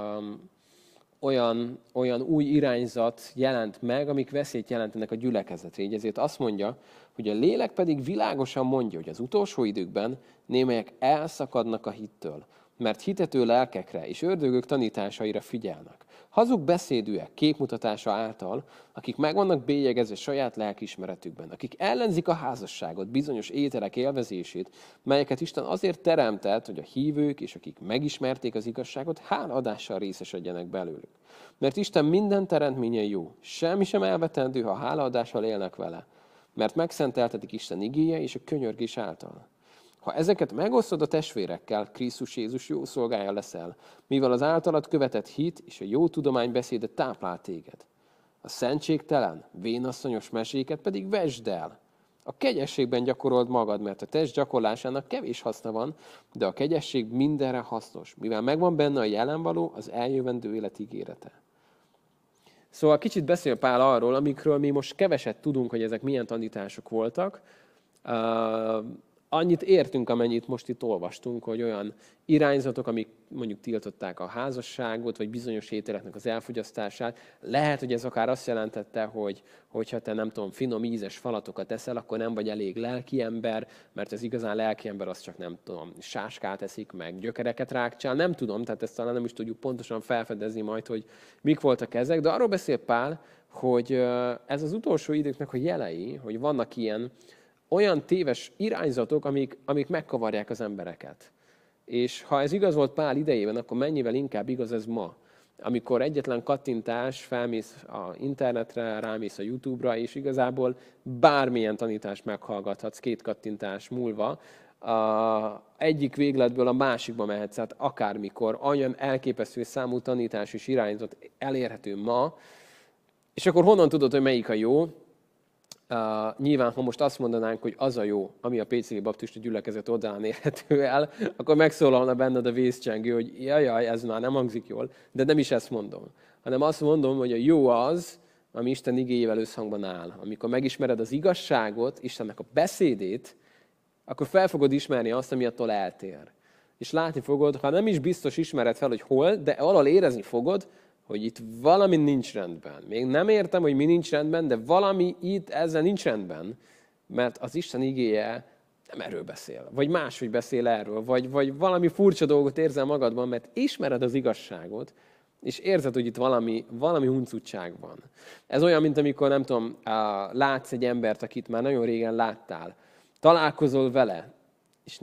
olyan új irányzat jelent meg, amik veszélyt jelentenek a gyülekezetre. Így ezért azt mondja, hogy a lélek pedig világosan mondja, hogy az utolsó időkben némelyek elszakadnak a hittől. mert hitető lelkekre és ördögök tanításaira figyelnek. Hazug beszédűek képmutatása által, akik meg vannak bélyegezve saját lelkiismeretükben, akik ellenzik a házasságot, bizonyos ételek élvezését, melyeket Isten azért teremtett, hogy a hívők és akik megismerték az igazságot, hálaadással részesedjenek belőlük. Mert Isten minden teremtménye jó, semmi sem elvetendő, ha hálaadással élnek vele, mert megszenteltetik Isten igéje és a könyörgés által. Ha ezeket megosztod a testvérekkel, Krisztus Jézus jó szolgája leszel, mivel az általad követett hit és a jó tudomány beszéde táplál téged. A szentségtelen, vénasszonyos meséket pedig vesd el. A kegyességben gyakorold magad, mert a test gyakorlásának kevés haszna van, de a kegyesség mindenre hasznos, mivel megvan benne a jelenvaló, az eljövendő élet ígérete. Szóval kicsit beszél Pál arról, amikről mi most keveset tudunk, hogy ezek milyen tanítások voltak. Annyit értünk, amennyit most itt olvastunk, hogy olyan irányzatok, amik mondjuk tiltották a házasságot, vagy bizonyos ételeknek az elfogyasztását. Lehet, hogy ez akár azt jelentette, hogy ha te nem tudom, finom ízes falatokat eszel, akkor nem vagy elég lelki ember, mert az igazán lelki ember az csak nem tudom, sáskát eszik, meg gyökereket rákcsál. Nem tudom, tehát ezt talán nem is tudjuk pontosan felfedezni majd, hogy mik voltak ezek, de arról beszél Pál, hogy ez az utolsó időknek a jelei, hogy vannak olyan téves irányzatok, amik megkavarják az embereket. És ha ez igaz volt Pál idejében, akkor mennyivel inkább igaz ez ma. Amikor egyetlen kattintás, felmész a internetre, rámész a YouTube-ra, és igazából bármilyen tanítást meghallgathatsz 2 kattintás múlva, egyik végletből a másikba mehetsz, hát akármikor, olyan elképesztő számú tanítás és irányzat elérhető ma, és akkor honnan tudod, hogy melyik a jó? Nyilván, ha most azt mondanánk, hogy az a jó, ami a PCG Baptista gyülekezet oldalán érhető el, akkor megszólalna benned a vészcsengő, hogy jaj, ez már nem hangzik jól, de nem is ezt mondom. Hanem azt mondom, hogy a jó az, ami Isten igéjével összhangban áll. Amikor megismered az igazságot, Istennek a beszédét, akkor fel fogod ismerni azt, ami attól eltér. És látni fogod, ha nem is biztos ismered fel, hogy hol, de alól érezni fogod, hogy itt valami nincs rendben. Még nem értem, hogy mi nincs rendben, de valami itt ezzel nincs rendben, mert az Isten igéje nem erről beszél, vagy máshogy beszél erről, vagy valami furcsa dolgot érzel magadban, mert ismered az igazságot, és érzed, hogy itt valami huncutság van. Ez olyan, mint amikor, nem tudom, látsz egy embert, akit már nagyon régen láttál, találkozol vele, és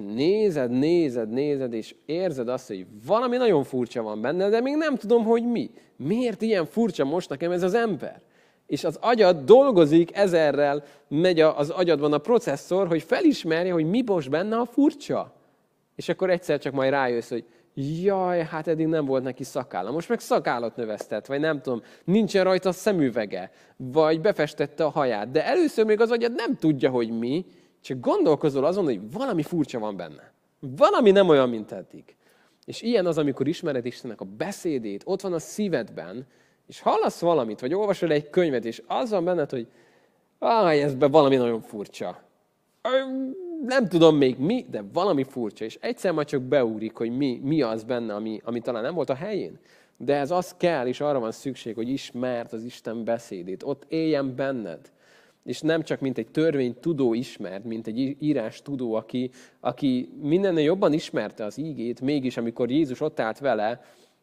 nézed, és érzed azt, hogy valami nagyon furcsa van benne, de még nem tudom, hogy mi. Miért ilyen furcsa most nekem ez az ember? És az agyad dolgozik, ezerrel megy az agyadban a processzor, hogy felismerje, hogy mi most benne a furcsa. És akkor egyszer csak majd rájössz, hogy jaj, hát eddig nem volt neki szakálla. Most meg szakállat növesztett, vagy nem tudom, nincsen rajta szemüvege, vagy befestette a haját. De először még az agyad nem tudja, hogy mi, csak gondolkozol azon, hogy valami furcsa van benne. Valami nem olyan, mint eddig. És ilyen az, amikor ismered Istennek a beszédét, ott van a szívedben, és hallasz valamit, vagy olvasol egy könyvet, és az van benned, hogy ezben valami nagyon furcsa. Nem tudom még mi, de valami furcsa. És egyszer majd csak beugrik, hogy mi az benne, ami talán nem volt a helyén. De ez az kell, és arra van szükség, hogy ismerd az Isten beszédét. Ott éljen benned. És nem csak mint egy törvénytudó ismert, mint egy írás tudó, aki mindennél jobban ismerte az ígét, mégis amikor Jézus ott állt vele,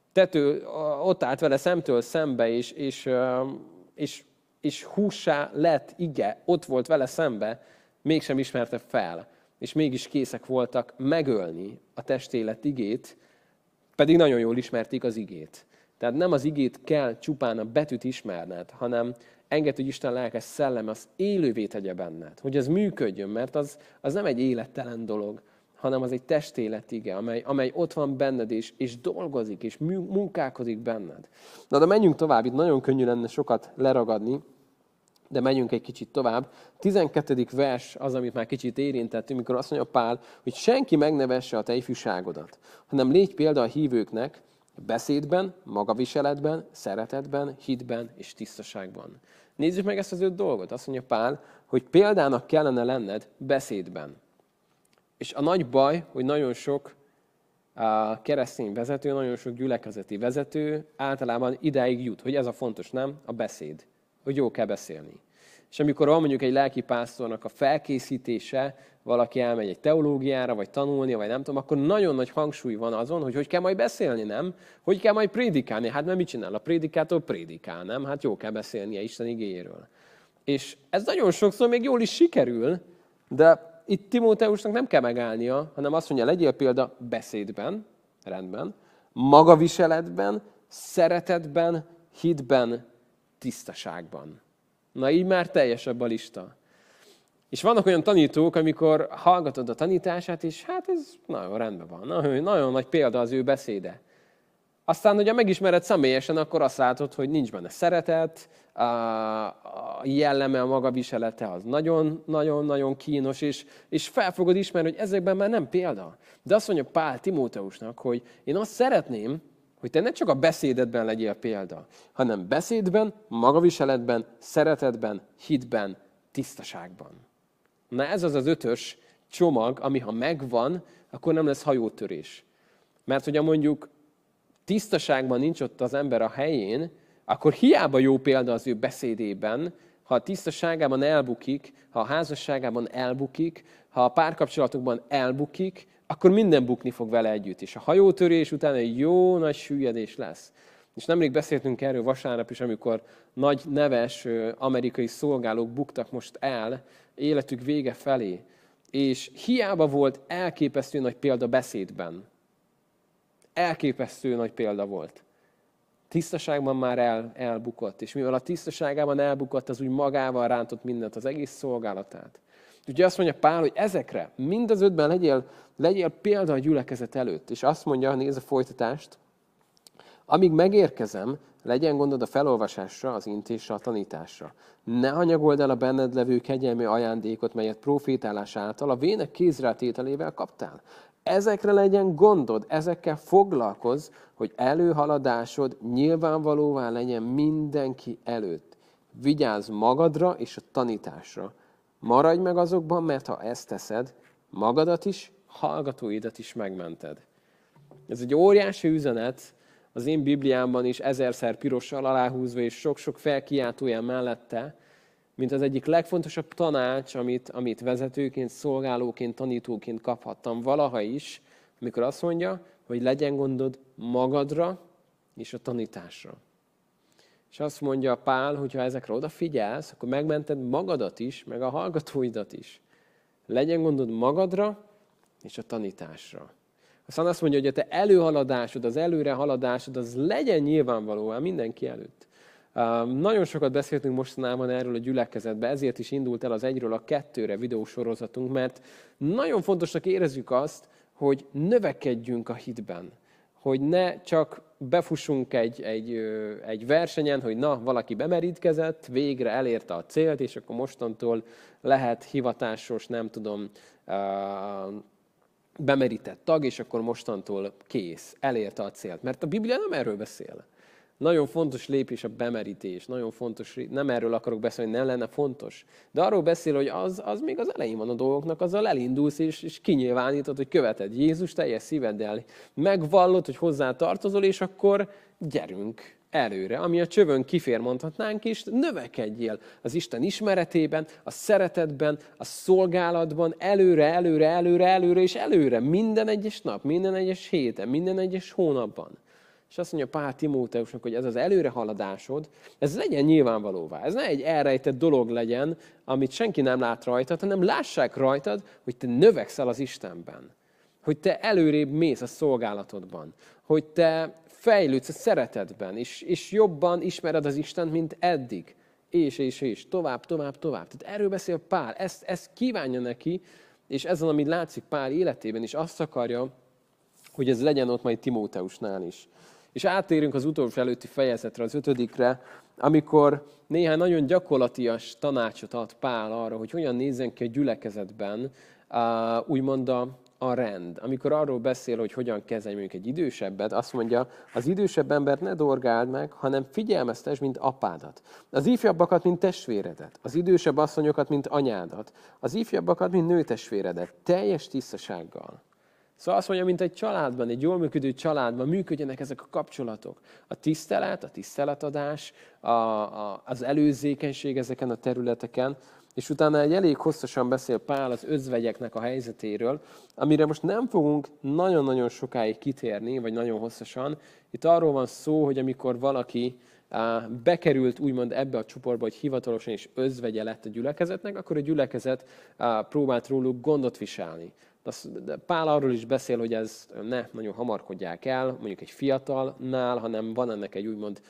szemtől szembe, és hússá lett ige, ott volt vele szembe, mégsem ismerte fel. És mégis készek voltak megölni a testélet igét, pedig nagyon jól ismerték az igét. Tehát nem az igét kell csupán a betűt ismerned, hanem engedd, hogy Isten lelkes szelleme az élővé tegye benned, hogy ez működjön, mert az nem egy élettelen dolog, hanem az egy testélet ige, amely ott van benned, és dolgozik, és munkálkodik benned. Na de menjünk tovább, itt nagyon könnyű lenne sokat leragadni, de menjünk egy kicsit tovább. 12. vers az, amit már kicsit érintettünk, mikor azt mondja Pál, hogy senki megnevesse a te ifjúságodat, hanem légy példa a hívőknek, beszédben, magaviseletben, szeretetben, hitben és tisztaságban. Nézzük meg ezt az 5 dolgot. Azt mondja Pál, hogy példának kellene lenned beszédben. És a nagy baj, hogy nagyon sok keresztény vezető, nagyon sok gyülekezeti vezető általában idáig jut, hogy ez a fontos, nem? A beszéd. Hogy jó kell beszélni. És amikor van mondjuk egy lelkipásztornak a felkészítése, valaki elmegy egy teológiára, vagy tanulnia, vagy nem tudom, akkor nagyon nagy hangsúly van azon, hogy kell majd beszélni, nem? Hogy kell majd prédikálni. Hát mert mit csinál? A prédikátor prédikál, nem? Hát jó kell beszélnie Isten igéjéről. És ez nagyon sokszor még jól is sikerül, de itt Timóteusnak nem kell megállnia, hanem azt mondja, legyél példa beszédben, rendben, magaviseletben, szeretetben, hitben, tisztaságban. Na így már teljesebb a lista. És vannak olyan tanítók, amikor hallgatod a tanítását, és hát ez nagyon rendben van. Nagyon nagy példa az ő beszéde. Aztán, hogyha megismered személyesen, akkor azt látod, hogy nincs benne szeretet, a jelleme, a magaviselete az nagyon-nagyon kínos, és fel fogod ismerni, hogy ezekben már nem példa. De azt mondja Pál Timóteusnak, hogy én azt szeretném, hogy te ne csak a beszédedben legyél példa, hanem beszédben, magaviseletben, szeretetben, hitben, tisztaságban. Na ez az az 5-ös csomag, ami ha megvan, akkor nem lesz hajótörés. Mert hogyha mondjuk tisztaságban nincs ott az ember a helyén, akkor hiába jó példa az ő beszédében, ha a tisztaságában elbukik, ha a házasságában elbukik, ha a párkapcsolatokban elbukik, akkor minden bukni fog vele együtt. És a hajótörés után egy jó nagy süllyedés lesz. És nemrég beszéltünk erről vasárnap is, amikor nagy neves amerikai szolgálók buktak most el életük vége felé. És hiába volt elképesztő nagy példa beszédben. Elképesztő nagy példa volt. Tisztaságban már elbukott. És mivel a tisztaságában elbukott, az úgy magával rántott mindent, az egész szolgálatát. Ugye azt mondja Pál, hogy ezekre, mind az 5-ben legyél példa a gyülekezet előtt. És azt mondja, nézd a folytatást, amíg megérkezem, legyen gondod a felolvasásra, az intésre, a tanításra. Ne hanyagold el a benned levő kegyelmi ajándékot, melyet profétálás által a vének kézrátételével kaptál. Ezekre legyen gondod, ezekkel foglalkozz, hogy előhaladásod nyilvánvalóvá legyen mindenki előtt. Vigyázz magadra és a tanításra. Maradj meg azokban, mert ha ezt teszed, magadat is, hallgatóidat is megmented. Ez egy óriási üzenet, az én Bibliámban is 1000-szer pirossal aláhúzva, és sok-sok felkiáltóján mellette, mint az egyik legfontosabb tanács, amit vezetőként, szolgálóként, tanítóként kaphattam valaha is, amikor azt mondja, hogy legyen gondod magadra és a tanításra. És azt mondja Pál, hogy ha ezekre odafigyelsz, akkor megmented magadat is, meg a hallgatóidat is. Legyen gondod magadra és a tanításra. Aztán azt mondja, hogy a te előhaladásod, az előrehaladásod, az legyen nyilvánvalóan mindenki előtt. Nagyon sokat beszéltünk mostanában erről a gyülekezetben, ezért is indult el az 1-ről a 2-re videósorozatunk, mert nagyon fontosnak érezzük azt, hogy növekedjünk a hitben. Hogy ne csak befussunk egy versenyen, hogy na, valaki bemerítkezett, végre elérte a célt, és akkor mostantól lehet hivatásos, nem tudom, bemerített tag, és akkor mostantól kész, elérte a célt. Mert a Biblia nem erről beszél. Nagyon fontos lépés a bemerítés, nagyon fontos, nem erről akarok beszélni, nem lenne fontos. De arról beszél, hogy az még az elején van a dolgoknak, azzal elindulsz, és kinyilvánítod, hogy követed Jézus teljes szíveddel. Megvallod, hogy hozzá tartozol, és akkor gyerünk előre. Ami a csövön kifér, mondhatnánk is, növekedjél az Isten ismeretében, a szeretetben, a szolgálatban, előre, és előre. Minden egyes nap, minden egyes héten, minden egyes hónapban. És azt mondja Pál Timóteusnak, hogy ez az előrehaladásod, ez legyen nyilvánvalóvá. Ez ne egy elrejtett dolog legyen, amit senki nem lát rajtad, hanem lássák rajtad, hogy te növekszel az Istenben. Hogy te előrébb mész a szolgálatodban. Hogy te fejlődsz a szeretetben, és jobban ismered az Istent, mint eddig. És tovább. Tehát erről beszél Pál, ezt kívánja neki, és ez az, amit látszik Pál életében, és azt akarja, hogy ez legyen ott majd Timóteusnál is. És áttérünk az utolsó előtti fejezetre, az 5-re, amikor néhány nagyon gyakorlatias tanácsot ad Pál arra, hogy hogyan nézzen ki a gyülekezetben, úgymond a rend. Amikor arról beszél, hogy hogyan kezelj mondjuk egy idősebbet, azt mondja, az idősebb embert ne dorgáld meg, hanem figyelmeztesd, mint apádat. Az ifjabbakat, mint testvéredet. Az idősebb asszonyokat, mint anyádat. Az ifjabbakat, mint nőtestvéredet. Teljes tisztasággal. Szóval azt mondja, mint egy családban, egy jól működő családban működjenek ezek a kapcsolatok. A tisztelet, a tiszteletadás, az előzékenység ezeken a területeken, és utána egy elég hosszasan beszél Pál az özvegyeknek a helyzetéről, amire most nem fogunk nagyon-nagyon sokáig kitérni, vagy nagyon hosszasan. Itt arról van szó, hogy amikor valaki bekerült úgymond ebbe a csoportba, hogy hivatalosan is özvegye lett a gyülekezetnek, akkor a gyülekezet próbált róluk gondot viselni. De Pál arról is beszél, hogy ez ne nagyon hamarkodják el, mondjuk egy fiatalnál, hanem van ennek egy úgymond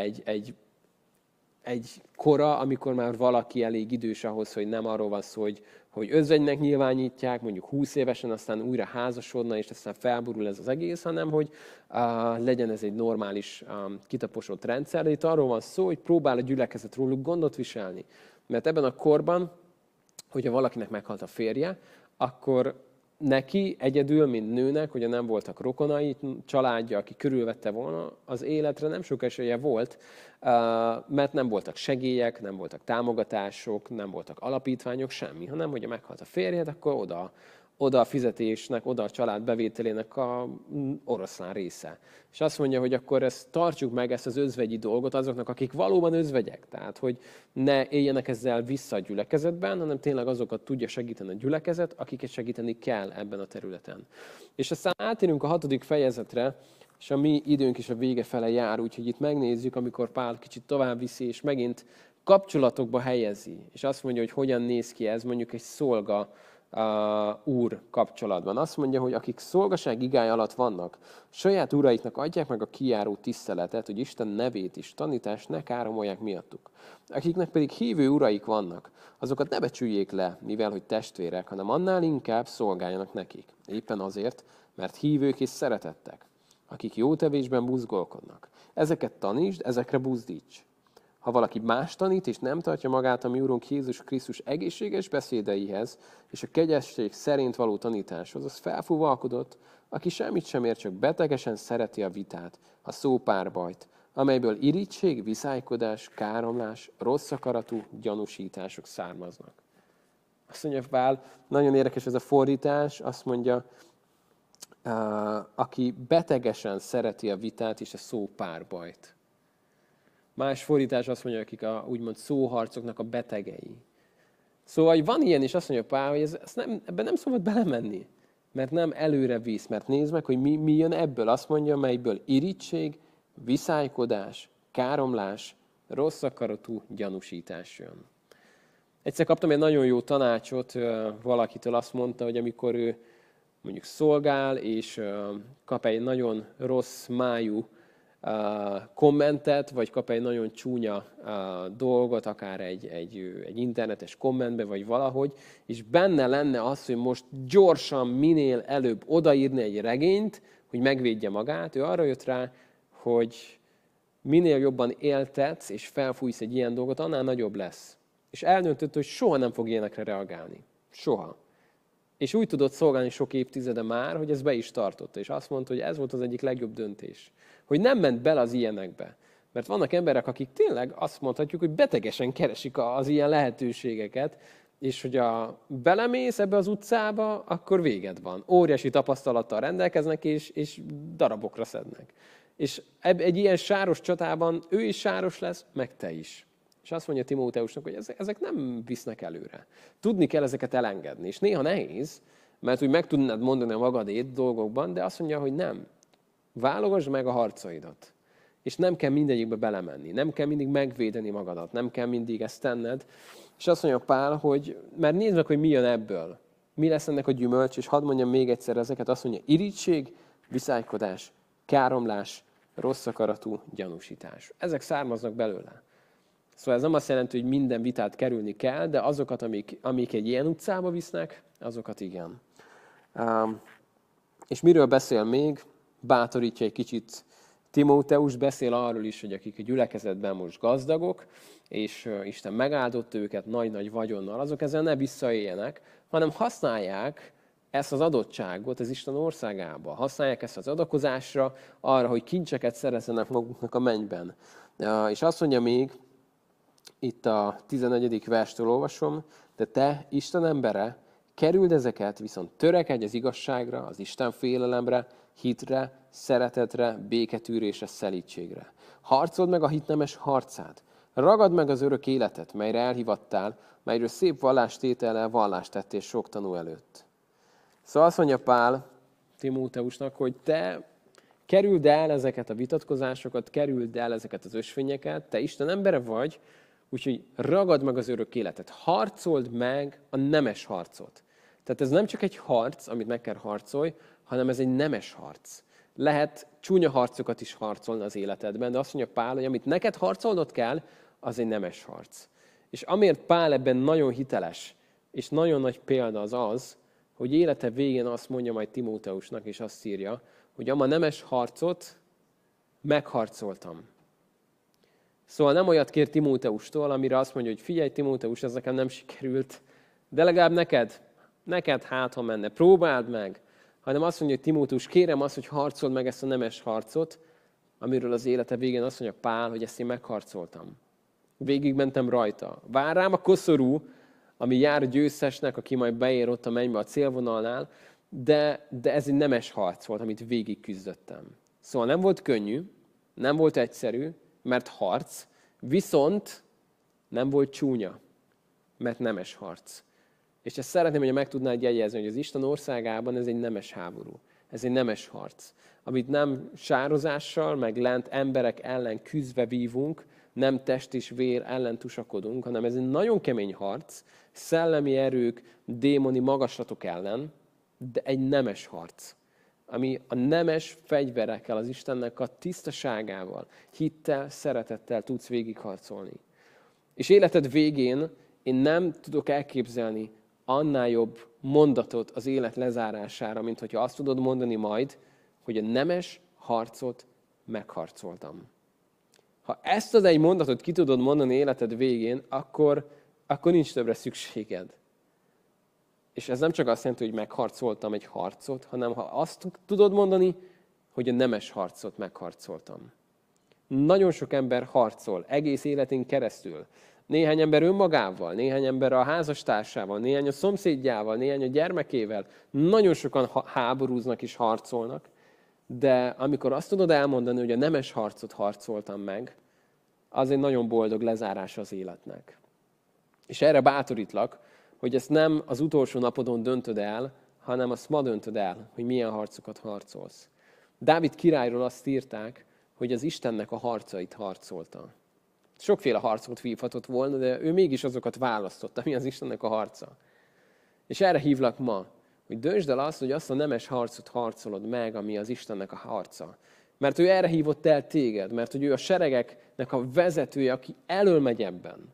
egy kora, amikor már valaki elég idős ahhoz, hogy nem arról van szó, hogy özvegynek nyilvánítják, mondjuk 20 évesen, aztán újra házasodna, és aztán felborul ez az egész, hanem hogy legyen ez egy normális, kitaposott rendszer. De itt arról van szó, hogy próbál a gyülekezet róluk gondot viselni. Mert ebben a korban, hogyha valakinek meghalt a férje, akkor neki egyedül, mint nőnek, ugye nem voltak rokonai, családja, aki körülvette volna, az életre nem sok esélye volt, mert nem voltak segélyek, nem voltak támogatások, nem voltak alapítványok, semmi, hanem hogyha meghalt a férjed, akkor oda a fizetésnek, oda a család bevételének a oroszlán része. És azt mondja, hogy akkor tartsuk meg ezt az özvegyi dolgot azoknak, akik valóban özvegyek. Tehát, hogy ne éljenek ezzel vissza a gyülekezetben, hanem tényleg azokat tudja segíteni a gyülekezet, akiket segíteni kell ebben a területen. És aztán átérünk a 6. fejezetre, és a mi időnk is a vége fele jár, úgyhogy itt megnézzük, amikor Pál kicsit tovább viszi, és megint kapcsolatokba helyezi. És azt mondja, hogy hogyan néz ki ez mondjuk egy szolga úr kapcsolatban. Azt mondja, hogy akik szolgaság igája alatt vannak, saját uraiknak adják meg a kijáró tiszteletet, hogy Isten nevét és tanítást ne káromolják miattuk. Akiknek pedig hívő uraik vannak, azokat ne becsüljék le, mivel hogy testvérek, hanem annál inkább szolgáljanak nekik. Éppen azért, mert hívők és szeretettek, akik jó tevésben buzgolkodnak. Ezeket tanítsd, ezekre buzdíts. Ha valaki más tanít, és nem tartja magát a mi Úrunk Jézus Krisztus egészséges beszédeihez, és a kegyesség szerint való tanításhoz, az felfúvalkodott, aki semmit sem ér, csak betegesen szereti a vitát, a szópárbajt, amelyből irigység, viszálykodás, káromlás, rossz akaratú gyanúsítások származnak. Azt mondja Pál, nagyon érdekes ez a fordítás, azt mondja, aki betegesen szereti a vitát és a szópárbajt. Más fordítás azt mondja, akik a úgymond szóharcoknak a betegei. Szóval van ilyen, és azt mondja Pál, hogy ebben nem szabad belemenni, mert nem előre visz, mert nézd meg, hogy mi jön ebből. Azt mondja, melyből irigység, viszálykodás, káromlás, rossz akaratú gyanúsítás jön. Egyszer kaptam egy nagyon jó tanácsot valakitől, azt mondta, hogy amikor ő mondjuk szolgál, és kap egy nagyon rossz májú kommentet, vagy kap egy nagyon csúnya dolgot, akár egy internetes kommentbe, vagy valahogy, és benne lenne az, hogy most gyorsan, minél előbb odaírni egy regényt, hogy megvédje magát. Ő arra jött rá, hogy minél jobban éltetsz, és felfújsz egy ilyen dolgot, annál nagyobb lesz. És eldöntött, hogy soha nem fog ilyenekre reagálni. Soha. És úgy tudott szolgálni sok évtizede már, hogy ez be is tartotta. És azt mondta, hogy ez volt az egyik legjobb döntés. Hogy nem ment bele az ilyenekbe. Mert vannak emberek, akik tényleg azt mondhatjuk, hogy betegesen keresik az ilyen lehetőségeket, és hogy belemész ebbe az utcába, akkor véged van. Óriási tapasztalattal rendelkeznek, és darabokra szednek. És egy ilyen sáros csatában ő is sáros lesz, meg te is. És azt mondja Timóteusnak, hogy ezek nem visznek előre. Tudni kell ezeket elengedni. És néha nehéz, mert úgy meg tudnád mondani a magadét dolgokban, de azt mondja, hogy nem. Válogasd meg a harcaidat. És nem kell mindegyikbe belemenni. Nem kell mindig megvédeni magadat. Nem kell mindig ezt tenned. És azt mondja Pál, hogy mert nézd meg, hogy mi jön ebből. Mi lesz ennek a gyümölcs, és hadd mondjam még egyszer ezeket. Azt mondja, irigység, viszálykodás, káromlás, rossz akaratú gyanúsítás. Ezek származnak belőle. Szóval ez nem azt jelenti, hogy minden vitát kerülni kell, de azokat, amik egy ilyen utcába visznek, azokat igen. És miről beszél még? Bátorítja egy kicsit Timóteus, beszél arról is, hogy akik a gyülekezetben most gazdagok, és Isten megáldott őket nagy-nagy vagyonnal, azok ezzel ne visszaéljenek, hanem használják ezt az adottságot az Isten országába. Használják ezt az adakozásra, arra, hogy kincseket szerezzenek maguknak a mennyben. És azt mondja még, itt a 11. verstől olvasom, de te, Isten embere, Kerüld ezeket, viszont törekedj az igazságra, az Isten félelemre, hitre, szeretetre, béketűrésre, szelídségre. Harcold meg a hit nemes harcát. Ragad meg az örök életet, melyre elhivattál, melyről szép vallástétellel vallást tettél sok tanú előtt. Szóval azt mondja Pál Timóteusnak, hogy te kerüld el ezeket a vitatkozásokat, kerüld el ezeket az ösvényeket, te Isten embere vagy, úgyhogy ragad meg az örök életet. Harcold meg a nemes harcot. Tehát ez nem csak egy harc, amit meg kell harcolj, hanem ez egy nemes harc. Lehet csúnya harcokat is harcolni az életedben, de azt mondja Pál, hogy amit neked harcolnod kell, az egy nemes harc. És amiért Pál ebben nagyon hiteles, és nagyon nagy példa az, hogy élete végén azt mondja majd Timóteusnak, és azt írja, hogy a nemes harcot megharcoltam. Szóval nem olyat kér Timóteustól, amire azt mondja, hogy figyelj Timóteus, ez nekem nem sikerült, de legalább neked hát, ha menne, próbáld meg. Hanem azt mondja, hogy Timóteus, kérem azt, hogy harcold meg ezt a nemes harcot, amiről az élete végén azt mondja Pál, hogy ezt én megharcoltam. Végigmentem rajta. Vár rám a koszorú, ami jár a győztesnek, aki majd beér ott a mennybe a célvonalnál, de ez egy nemes harc volt, amit végig küzdöttem. Szóval nem volt könnyű, nem volt egyszerű, mert harc, viszont nem volt csúnya, mert nemes harc. És ezt szeretném, hogy meg tudnád jegyezni, hogy az Isten országában ez egy nemes háború. Ez egy nemes harc, amit nem sározással, meg lent emberek ellen küzdve vívunk, nem test és vér ellen tusakodunk, hanem ez egy nagyon kemény harc, szellemi erők, démoni magaslatok ellen, de egy nemes harc, ami a nemes fegyverekkel, az Istennek a tisztaságával, hittel, szeretettel tudsz végigharcolni. És életed végén én nem tudok elképzelni annál jobb mondatot az élet lezárására, mint hogyha azt tudod mondani majd, hogy a nemes harcot megharcoltam. Ha ezt az egy mondatot ki tudod mondani életed végén, akkor nincs többre szükséged. És ez nem csak azt jelenti, hogy megharcoltam egy harcot, hanem ha azt tudod mondani, hogy a nemes harcot megharcoltam. Nagyon sok ember harcol egész életén keresztül. Néhány ember önmagával, néhány ember a házastársával, néhány a szomszédjával, néhány a gyermekével. Nagyon sokan háborúznak és harcolnak, de amikor azt tudod elmondani, hogy a nemes harcot harcoltam meg, az egy nagyon boldog lezárás az életnek. És erre bátorítlak, hogy ezt nem az utolsó napodon döntöd el, hanem azt ma döntöd el, hogy milyen harcokat harcolsz. Dávid királyról azt írták, hogy az Istennek a harcait harcolta. Sokféle harcot vívhatott volna, de ő mégis azokat választotta, ami az Istennek a harca. És erre hívlak ma, hogy döntsd el azt, hogy azt a nemes harcot harcolod meg, ami az Istennek a harca. Mert ő erre hívott el téged, mert hogy ő a seregeknek a vezetője, aki elől megy ebben.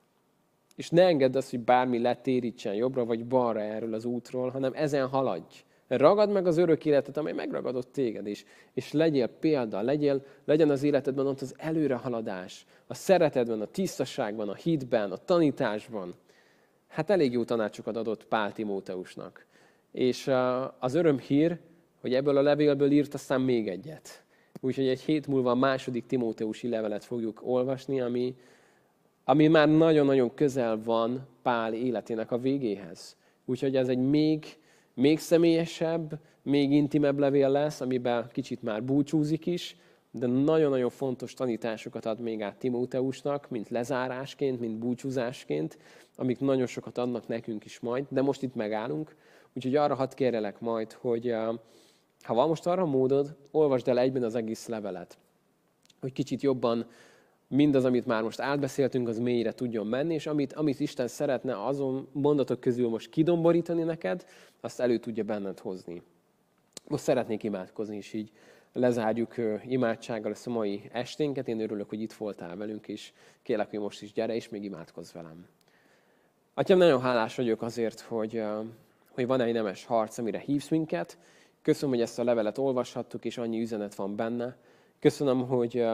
És ne engedd azt, hogy bármi letérítsen jobbra vagy balra erről az útról, hanem ezen haladj. Ragad meg az örök életet, amely megragadott téged is. És legyél példa, legyen az életedben ott az előrehaladás, a szeretetben, a tisztaságban, a hitben, a tanításban. Hát elég jó tanácsokat adott Pál Timóteusnak. És az örömhír, hogy ebből a levélből írt aztán még egyet. Úgyhogy egy hét múlva a második Timóteusi levelet fogjuk olvasni, ami már nagyon-nagyon közel van Pál életének a végéhez. Úgyhogy ez egy még személyesebb, még intimebb levél lesz, amiben kicsit már búcsúzik is, de nagyon-nagyon fontos tanításokat ad még át Timóteusnak, mint lezárásként, mint búcsúzásként, amik nagyon sokat adnak nekünk is majd, de most itt megállunk. Úgyhogy arra hadd kérlek majd, hogy ha van most arra módod, olvasd el egyben az egész levelet, hogy kicsit jobban mindaz, amit már most átbeszéltünk, az mélyre tudjon menni, és amit Isten szeretne azon mondatok közül most kidomborítani neked, azt elő tudja benned hozni. Most szeretnék imádkozni, és így lezárjuk imádsággal ezt a mai esténket. Én örülök, hogy itt voltál velünk, és kérlek, hogy most is gyere, és még imádkozz velem. Atyám, nagyon hálás vagyok azért, hogy van egy nemes harc, amire hívsz minket. Köszönöm, hogy ezt a levelet olvashattuk, és annyi üzenet van benne. Köszönöm,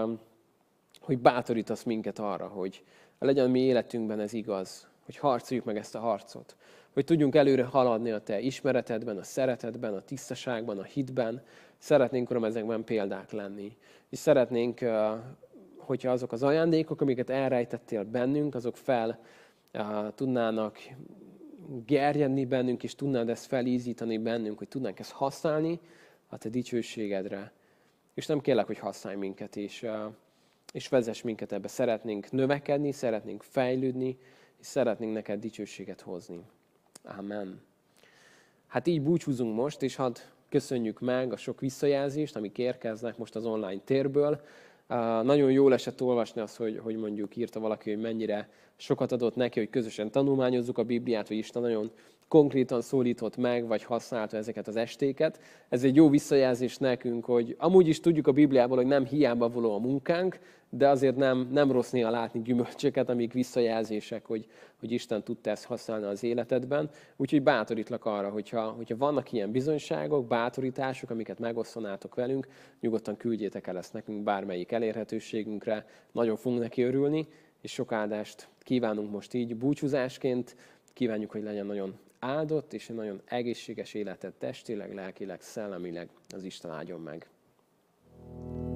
hogy bátorítasz minket arra, hogy legyen a mi életünkben ez igaz, hogy harcoljuk meg ezt a harcot, hogy tudjunk előre haladni a Te ismeretedben, a szeretetben, a tisztaságban, a hitben. Szeretnénk, Uram, ezekben példák lenni. És szeretnénk, hogyha azok az ajándékok, amiket elrejtettél bennünk, azok fel tudnának gerjedni bennünk, és tudnád ezt felízítani bennünk, hogy tudnánk ezt használni a te dicsőségedre. És nem kérlek, hogy használj minket, és vezess minket ebbe. Szeretnénk növekedni, szeretnénk fejlődni, és szeretnénk neked dicsőséget hozni. Amen. Hát így búcsúzunk most, és hadd köszönjük meg a sok visszajelzést, amik érkeznek most az online térből. Nagyon jól esett olvasni azt, hogy mondjuk írta valaki, hogy mennyire sokat adott neki, hogy közösen tanulmányozzuk a Bibliát, hogy Isten nagyon konkrétan szólított meg, vagy használta ezeket az estéket. Ez egy jó visszajelzés nekünk, hogy amúgy is tudjuk a Bibliából, hogy nem hiába való a munkánk, de azért nem rossz néha látni gyümölcsöket, amik visszajelzések, hogy Isten tudta ezt használni az életedben. Úgyhogy bátorítlak arra, hogyha vannak ilyen bizonyságok, bátorítások, amiket megosztanátok velünk, nyugodtan küldjétek el ezt nekünk bármelyik elérhetőségünkre. Nagyon fogunk neki örülni, és sok áldást kívánunk most így búcsúzásként. Kívánjuk, hogy legyen nagyon áldott, és egy nagyon egészséges életet testileg, lelkileg, szellemileg az Isten áldjon meg.